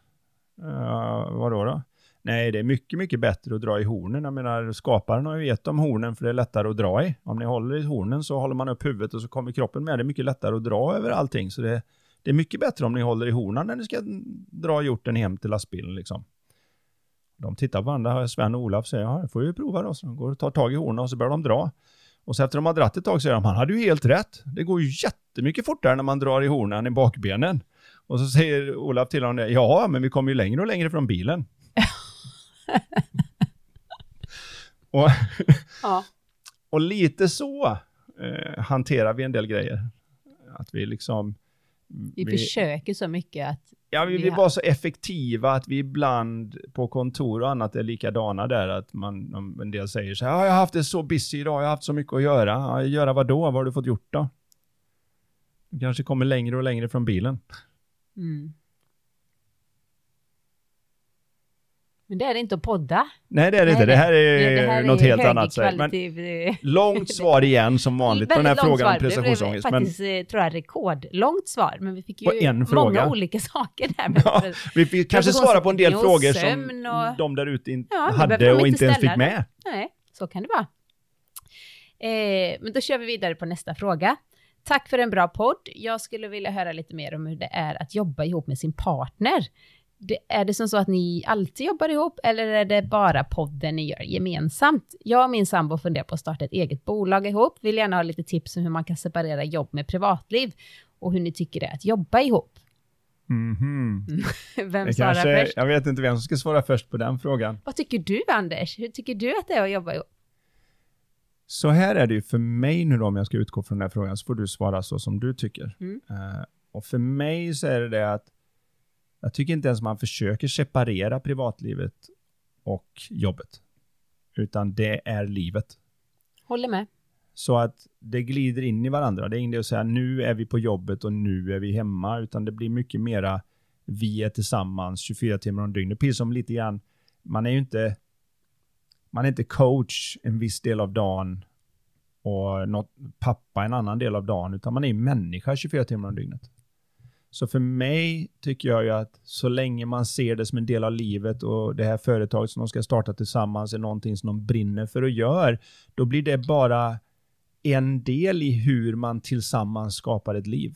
Vadå då? Nej, det är mycket, mycket bättre att dra i hornen. Jag menar, skaparen har ju gett dem hornen för det är lättare att dra i. Om ni håller i hornen så håller man upp huvudet och så kommer kroppen med. Det är mycket lättare att dra över allting. Så det är mycket bättre om ni håller i hornen när ni ska dra hjorten hem till lastbilen liksom. De tittar på varandra, Sven och Olaf säger: ja, det får vi prova då. Så de går och tar tag i hornen och så börjar de dra. Och så efter de har dratt ett tag säger de: han hade ju helt rätt. Det går ju jättemycket fortare när man drar i hornen i bakbenen. Och så säger Olaf till honom: ja, men vi kommer ju längre och längre från bilen. Och lite så hanterar vi en del grejer. Att vi liksom... Vi försöker så mycket att... Ja, vi vill vara så effektiva att vi ibland på kontor och annat är likadana där. Att en del säger så här: ja, jag har haft det så busy idag, jag har haft så mycket att göra. Ja, göra vad då? Vad har du fått gjort då? Du kanske kommer längre och längre från bilen. Mm. Men det är det inte att podda. Nej, det är det inte. Det här är något helt annat. Men långt svar igen som vanligt på den här frågan om prestationsångest. Det blev faktiskt, tror jag, rekordlångt svar. Men vi fick ju många olika saker där. Ja, vi fick kanske svara på en del frågor som de där ute hade och inte ens fick med. Nej, så kan det vara. Men då kör vi vidare på nästa fråga. Tack för en bra podd. Jag skulle vilja höra lite mer om hur det är att jobba ihop med sin partner. är det som så att ni alltid jobbar ihop eller är det bara podden ni gör gemensamt? Jag och min sambo funderar på att starta ett eget bolag ihop. Vill gärna ha lite tips om hur man kan separera jobb med privatliv och hur ni tycker det är att jobba ihop. Vem svarar först? Jag vet inte vem som ska svara först på den frågan. Vad tycker du, Anders? Hur tycker du att det är att jobba ihop? Så här är det ju för mig nu då, om jag ska utgå från den här frågan, så får du svara så som du tycker. Och för mig så är det att jag tycker inte ens man försöker separera privatlivet och jobbet. Utan det är livet. Håller med. Så att det glider in i varandra. Det är inte att säga nu är vi på jobbet och nu är vi hemma. Utan det blir mycket mera vi är tillsammans 24 timmar om dygnet. Precis som lite grann, man är inte coach en viss del av dagen och pappa en annan del av dagen. Utan man är människa 24 timmar om dygnet. Så för mig tycker jag ju att så länge man ser det som en del av livet och det här företaget som de ska starta tillsammans är någonting som de brinner för och gör, då blir det bara en del i hur man tillsammans skapar ett liv.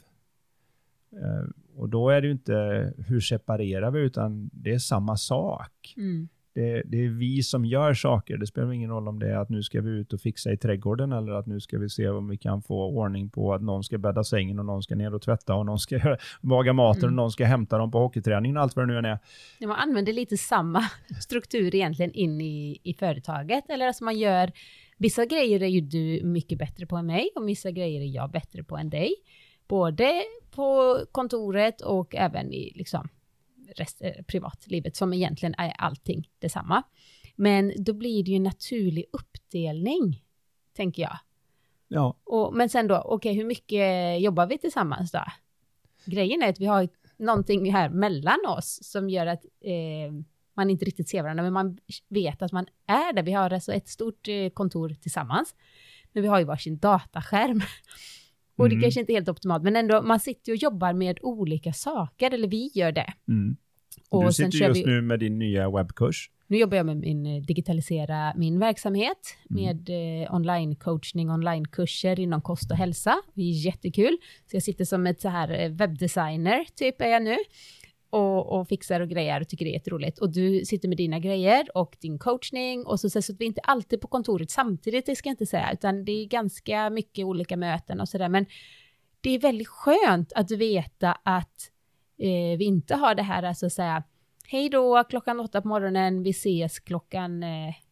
Och då är det ju inte hur separerar vi, utan det är samma sak. Det är vi som gör saker. Det spelar ingen roll om det är att nu ska vi ut och fixa i trädgården eller att nu ska vi se om vi kan få ordning på att någon ska bädda sängen och någon ska ner och tvätta och någon ska laga maten och någon ska hämta dem på hockeyträningen och allt vad det nu är. Ja, man använder lite samma struktur egentligen in i företaget. Eller alltså man gör, vissa grejer är ju du mycket bättre på än mig och vissa grejer är jag bättre på än dig. Både på kontoret och även i liksom privatlivet som egentligen är allting detsamma. Men då blir det ju en naturlig uppdelning, tänker jag. Ja. Men sen då, okej, hur mycket jobbar vi tillsammans då? Grejen är att vi har någonting här mellan oss som gör att man inte riktigt ser varandra, men man vet att man är där. Vi har alltså ett stort kontor tillsammans, men vi har ju varsin dataskärm. Och det kanske inte är helt optimalt, men ändå, man sitter och jobbar med olika saker, eller vi gör det. Och du sitter just nu med din nya webbkurs. Nu jobbar jag med digitalisera min verksamhet med online-coachning, online-kurser inom kost och hälsa. Det är jättekul. Så jag sitter som ett så här webbdesigner, typ är jag nu. Och fixar och grejer och tycker det är jätteroligt. Och du sitter med dina grejer och din coachning. Och så att vi inte alltid på kontoret samtidigt, det ska jag inte säga. Utan det är ganska mycket olika möten och sådär. Men det är väldigt skönt att veta att vi inte har det här, alltså säga hej då 8 på morgonen, vi ses klockan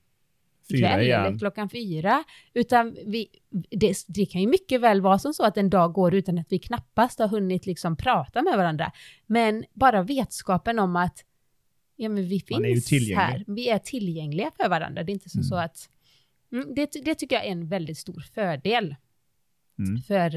4 eller klockan 4. Utan det kan ju mycket väl vara som så att en dag går utan att vi knappast har hunnit liksom prata med varandra. Men bara vetskapen om att ja, men vi finns här. Vi är tillgängliga för varandra. Det är inte som så att det tycker jag är en väldigt stor fördel. För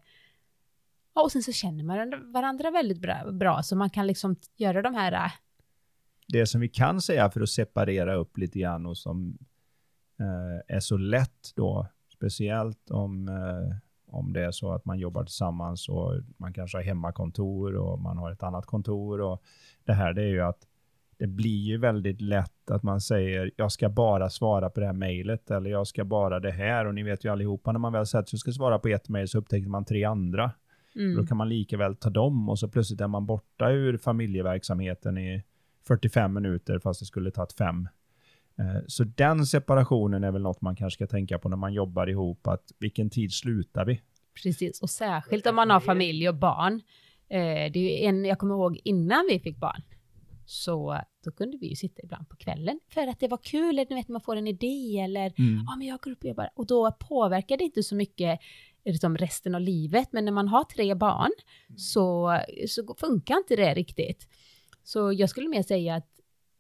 och sen så känner man varandra väldigt bra så man kan liksom göra de här det som vi kan säga för att separera upp lite grann och som är så lätt då, speciellt om det är så att man jobbar tillsammans och man kanske har hemmakontor och man har ett annat kontor och det är ju att det blir ju väldigt lätt att man säger jag ska bara svara på det här mejlet eller jag ska bara det här, och ni vet ju allihopa när man väl sätter sig ska svara på ett mejl så upptäcker man 3 andra. Då kan man lika väl ta dem och så plötsligt är man borta ur familjeverksamheten i 45 minuter fast det skulle tagit 5. Så den separationen är väl något man kanske ska tänka på när man jobbar ihop, att vilken tid slutar vi? Precis, och särskilt om man har familj och barn. Det är jag kommer ihåg innan vi fick barn. Så då kunde vi ju sitta ibland på kvällen för att det var kul, eller vet man får en idé eller men jag går upp och jobbar. Och då påverkar det inte så mycket liksom resten av livet, men när man har 3 barn så funkar inte det riktigt. Så jag skulle mer säga att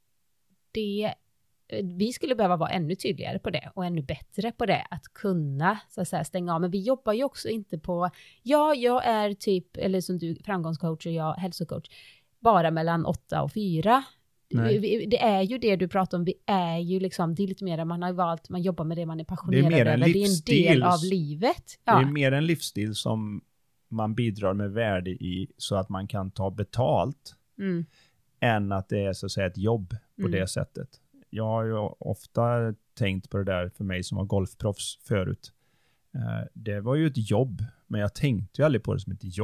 vi skulle behöva vara ännu tydligare på det och ännu bättre på det, att kunna så att säga stänga av. Men vi jobbar ju också inte på, jag är typ, eller som du framgångscoach och jag hälsocoach, bara mellan 8 och 4. Det är ju det du pratar om, vi är ju liksom, det är lite mer man har valt, man jobbar med det man är passionerad över, det är en del av livet. Ja. Det är mer en livsstil som man bidrar med värde i så att man kan ta betalt än att det är så att säga ett jobb på det sättet. Jag har ju ofta tänkt på det där för mig som var golfproffs förut. Det var ju ett jobb, men jag tänkte ju aldrig på det som ett jobb.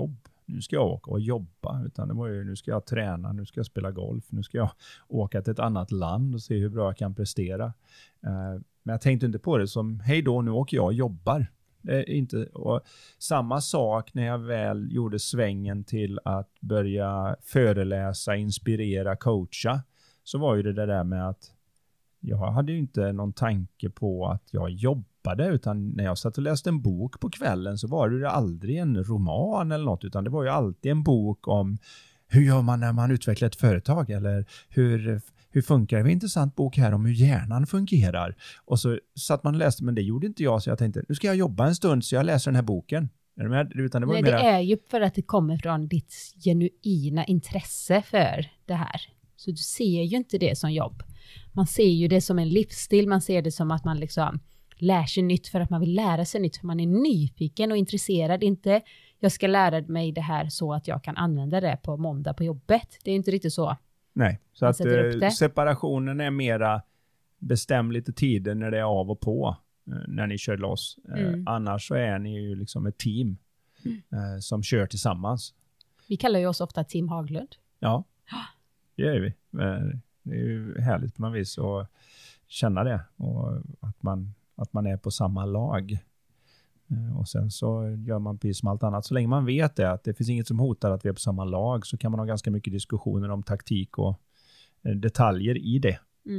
nu ska jag åka och jobba, utan det var ju nu ska jag träna, nu ska jag spela golf, nu ska jag åka till ett annat land och se hur bra jag kan prestera. Men jag tänkte inte på det som, hej då, nu åker jag och jobbar. Det är inte, och samma sak när jag väl gjorde svängen till att börja föreläsa, inspirera, coacha, så var ju det där med att jag hade ju inte någon tanke på att jag jobbade, utan när jag satt och läste en bok på kvällen så var det aldrig en roman eller något, utan det var ju alltid en bok om hur gör man när man utvecklar ett företag, eller hur funkar det? Det är en intressant bok här om hur hjärnan fungerar. Och så satt man och läste, men det gjorde inte jag, så jag tänkte, nu ska jag jobba en stund så jag läser den här boken. Utan det var Nej, mera... det är ju för att det kommer från ditt genuina intresse för det här. Så du ser ju inte det som jobb. Man ser ju det som en livsstil, man ser det som att man liksom lär sig nytt för att man vill lära sig nytt, för man är nyfiken och intresserad. Inte, jag ska lära mig det här så att jag kan använda det på måndag på jobbet. Det är inte riktigt så. Nej, så att separationen är mera bestäm lite tider när det är av och på när ni kör loss. Annars så är ni ju liksom ett team som kör tillsammans. Vi kallar ju oss ofta Team Haglund. Ja, det gör vi. Det är ju härligt på något vis att känna det, och att man är på samma lag. Och sen så gör man precis som allt annat. Så länge man vet det, att det finns inget som hotar att vi är på samma lag, så kan man ha ganska mycket diskussioner om taktik och detaljer i det.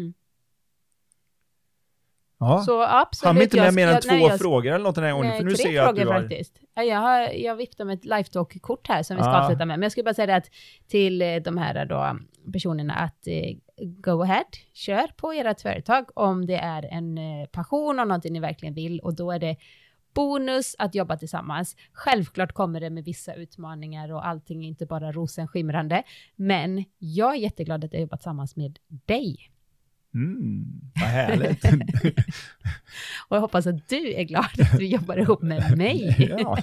Ja, så absolut. Han inte med mer än två frågor eller något den här gången. Nej, för nu 3 ser jag frågor att du har... faktiskt. Jag viftar med ett LifeTalk-kort här som vi ska avsluta med. Men jag skulle bara säga det att till de här då personerna att go ahead, kör på ert företag om det är en passion och någonting ni verkligen vill, och då är det bonus att jobba tillsammans. Självklart kommer det med vissa utmaningar och allting är inte bara rosenskimrande, men jag är jätteglad att jag jobbat tillsammans med dig. Vad härligt. Och jag hoppas att du är glad att du jobbar ihop med mig. Ja.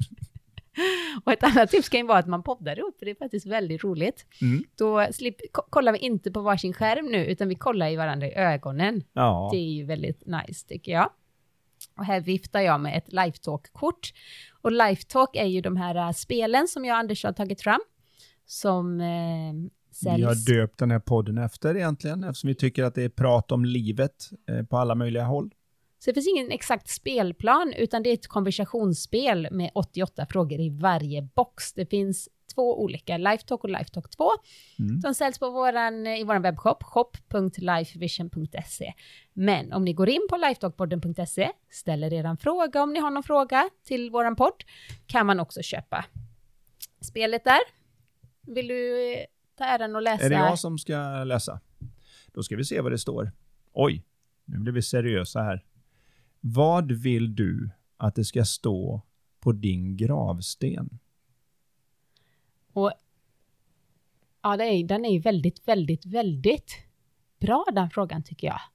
Och ett annat tips kan ju vara att man poddar ihop, för det är faktiskt väldigt roligt. Då kollar vi inte på varsin skärm nu, utan vi kollar i varandra i ögonen. Ja. Det är ju väldigt nice tycker jag. Och här viftar jag med ett LifeTalk-kort. Och LifeTalk är ju de här spelen som jag och Anders har tagit fram. Som säljs. Vi har döpt den här podden efter egentligen, eftersom vi tycker att det är prat om livet på alla möjliga håll. Så det finns ingen exakt spelplan, utan det är ett konversationsspel med 88 frågor i varje box. Det finns 2 olika, LifeTalk och LifeTalk 2. De säljs på i vår webbshop, shop.lifevision.se. Men om ni går in på lifetalkpodden.se, ställer er en fråga om ni har någon fråga till våran podd, kan man också köpa spelet där. Vill du ta äran och läsa? Är det jag som ska läsa? Då ska vi se vad det står. Oj, nu blir vi seriösa här. Vad vill du att det ska stå på din gravsten? Och ja, den är ju väldigt, väldigt, väldigt bra, den frågan tycker jag.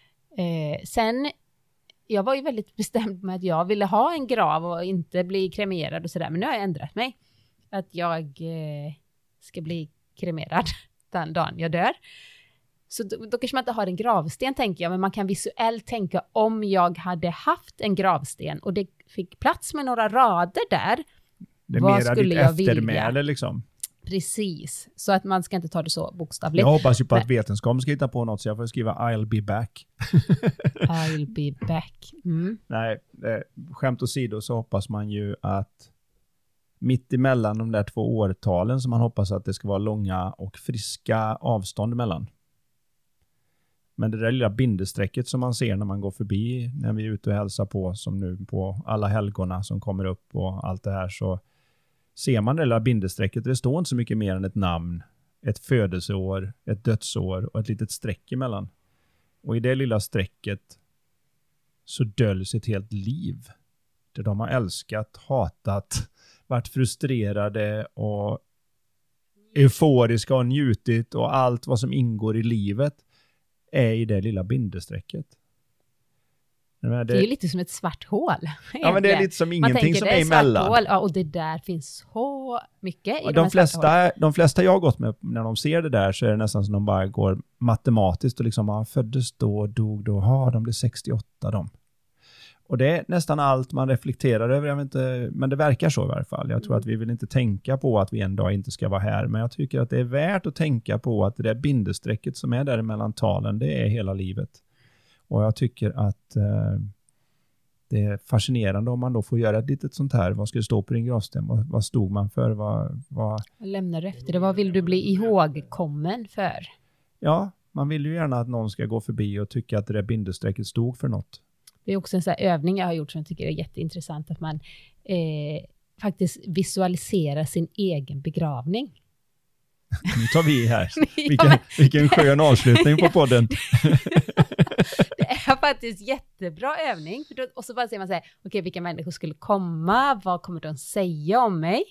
Sen, jag var ju väldigt bestämd med att jag ville ha en grav och inte bli kremerad och sådär. Men nu har jag ändrat mig. Att jag ska bli kremerad den dagen jag dör. Så då kanske man inte har en gravsten, tänker jag. Men man kan visuellt tänka, om jag hade haft en gravsten och det fick plats med några rader där. Det är vad skulle jag vilja? Liksom. Precis. Så att man ska inte ta det så bokstavligt. Jag hoppas ju på att vetenskapen ska hitta på något, så jag får skriva I'll be back. I'll be back. Nej, skämt åsido så hoppas man ju att mitt emellan de där 2 årtalen, som man hoppas att det ska vara långa och friska avstånd emellan. Men det där lilla bindesträcket som man ser när man går förbi, när vi är ute och hälsar på, som nu på alla helgorna som kommer upp och allt det här, så ser man det lilla bindesträcket. Det står inte så mycket mer än ett namn, ett födelseår, ett dödsår och ett litet streck emellan. Och i det lilla strecket så döljs ett helt liv. Där de har älskat, hatat, varit frustrerade och euforiska och njutit, och allt vad som ingår i livet är i det lilla bindesträcket. Det är ju lite som ett svart hål. Ja, men det är lite som ingenting som är emellan. Hål, ja, och det där finns så mycket i de flesta jag har gått med, när de ser det där, så är det nästan som de bara går matematiskt och liksom, föddes då, dog då, de blev 68 de. Och det är nästan allt man reflekterar över, jag vet inte, men det verkar så i varje fall. Jag tror att vi vill inte tänka på att vi en dag inte ska vara här, men jag tycker att det är värt att tänka på att det där bindestrecket som är där mellan talen, det är hela livet. Och jag tycker att det är fascinerande om man då får göra ett litet sånt här. Vad ska det stå på din gravsten? Vad stod man för? Vad lämnar du efter det? Vad vill du bli ihågkommen för? Ja, man vill ju gärna att någon ska gå förbi och tycka att det där bindestrecket stod för något. Det är också en sån här övning jag har gjort som jag tycker är jätteintressant. Att man faktiskt visualiserar sin egen begravning. Nu tar vi här. Vilken skön avslutning på podden. Det är faktiskt jättebra övning. Och så bara säger man så här, okej, vilka människor skulle komma? Vad kommer de säga om mig?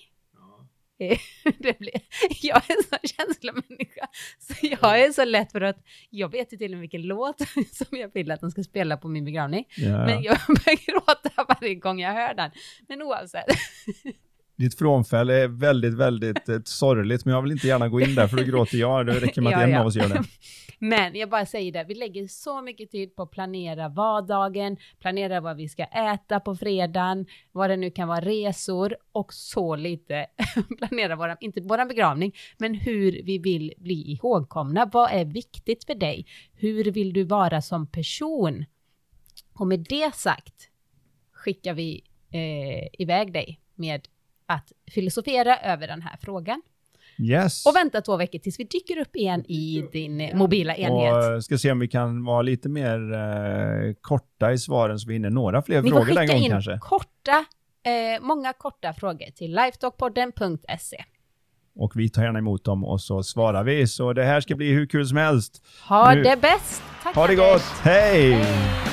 Jag är en sån känslomänniska. Så jag är så lätt för att jag vet ju till och med vilken låt som jag vill att de ska spela på min begravning. Ja. Men jag börjar gråta varje gång jag hör den. Men oavsett. Ditt frånfäll är väldigt, väldigt sorgligt, men jag vill inte gärna gå in där för då gråter jag. Det räcker med att en av oss gör det. Men jag bara säger det, vi lägger så mycket tid på att planera vardagen, planera vad vi ska äta på fredagen, vad det nu kan vara, resor, och så lite planera inte våran begravning, men hur vi vill bli ihågkomna. Vad är viktigt för dig? Hur vill du vara som person? Och med det sagt skickar vi iväg dig med att filosofera över den här frågan. Yes. Och vänta 2 veckor tills vi dyker upp igen i din mobila enhet. Och ska se om vi kan vara lite mer korta i svaren så vi hinner några fler frågor den gången kanske. Ni får skicka in många korta frågor till lifetalkpodden.se. Och vi tar gärna emot dem och så svarar vi. Så det här ska bli hur kul som helst. Ha det bäst. Tack. Ha det gott. Hej!